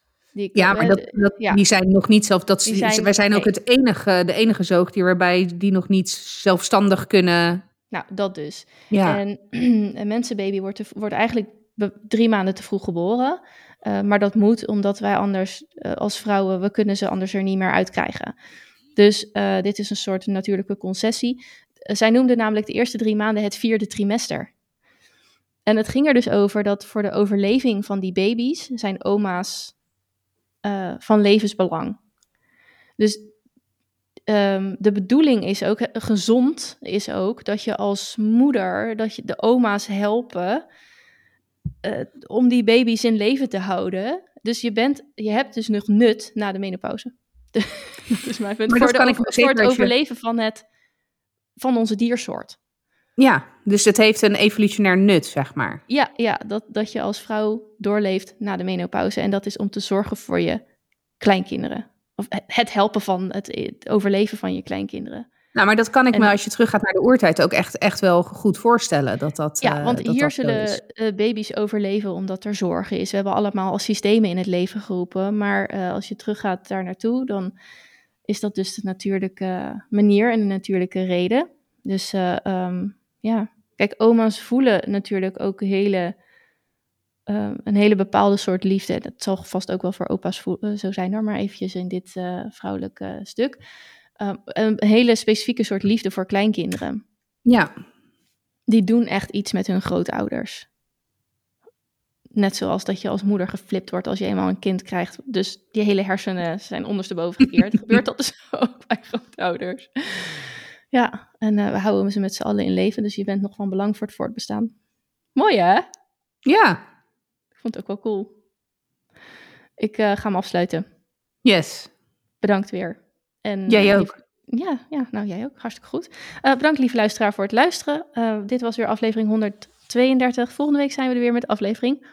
Die zijn nog niet zelf. Wij zijn ook de enige zoogdier waarbij die nog niet zelfstandig kunnen. Nou, dat dus. Ja. En een mensenbaby wordt eigenlijk 3 maanden te vroeg geboren. Maar dat moet, omdat wij anders als vrouwen, we kunnen ze anders er niet meer uitkrijgen. Dus dit is een soort natuurlijke concessie. Zij noemde namelijk de eerste 3 maanden het 4e trimester. En het ging er dus over dat voor de overleving van die baby's zijn oma's van levensbelang. Dus de bedoeling is ook, gezond is ook, dat je als moeder, dat je de oma's helpen om die baby's in leven te houden. Dus je hebt dus nog nut na de menopauze. Dat is mijn punt. Voor het overleven van onze diersoort. Ja, dus het heeft een evolutionair nut, zeg maar. Ja, dat je als vrouw doorleeft na de menopauze. En dat is om te zorgen voor je kleinkinderen. Of het helpen van het overleven van je kleinkinderen. Nou, maar dat kan ik me, als je teruggaat naar de oertijd, ook echt wel goed voorstellen. Want hier zullen baby's overleven omdat er zorgen is. We hebben allemaal als systemen in het leven geroepen. Maar als je teruggaat daar naartoe, dan is dat dus de natuurlijke manier en de natuurlijke reden. Dus kijk, oma's voelen natuurlijk ook een hele bepaalde soort liefde. Dat zal vast ook wel voor opa's zo zijn hoor, maar eventjes in dit vrouwelijke stuk. Een hele specifieke soort liefde voor kleinkinderen. Ja. Die doen echt iets met hun grootouders. Net zoals dat je als moeder geflipt wordt als je eenmaal een kind krijgt. Dus die hele hersenen zijn ondersteboven gekeerd. Gebeurt dat dus ook bij grootouders. Ja, en we houden ze met z'n allen in leven. Dus je bent nog van belang voor het voortbestaan. Mooi hè? Ja. Ik vond het ook wel cool. Ik ga hem afsluiten. Yes. Bedankt weer. En, jij ook. Jij ook. Hartstikke goed. Bedankt lieve luisteraar voor het luisteren. Dit was weer aflevering 132. Volgende week zijn we er weer met aflevering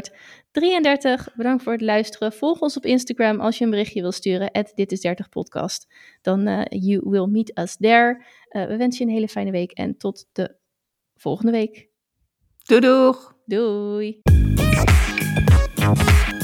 133. Bedankt voor het luisteren. Volg ons op Instagram als je een berichtje wil sturen. @ditis30podcast. Dan you will meet us there. We wensen je een hele fijne week en tot de volgende week. Doei. Doei.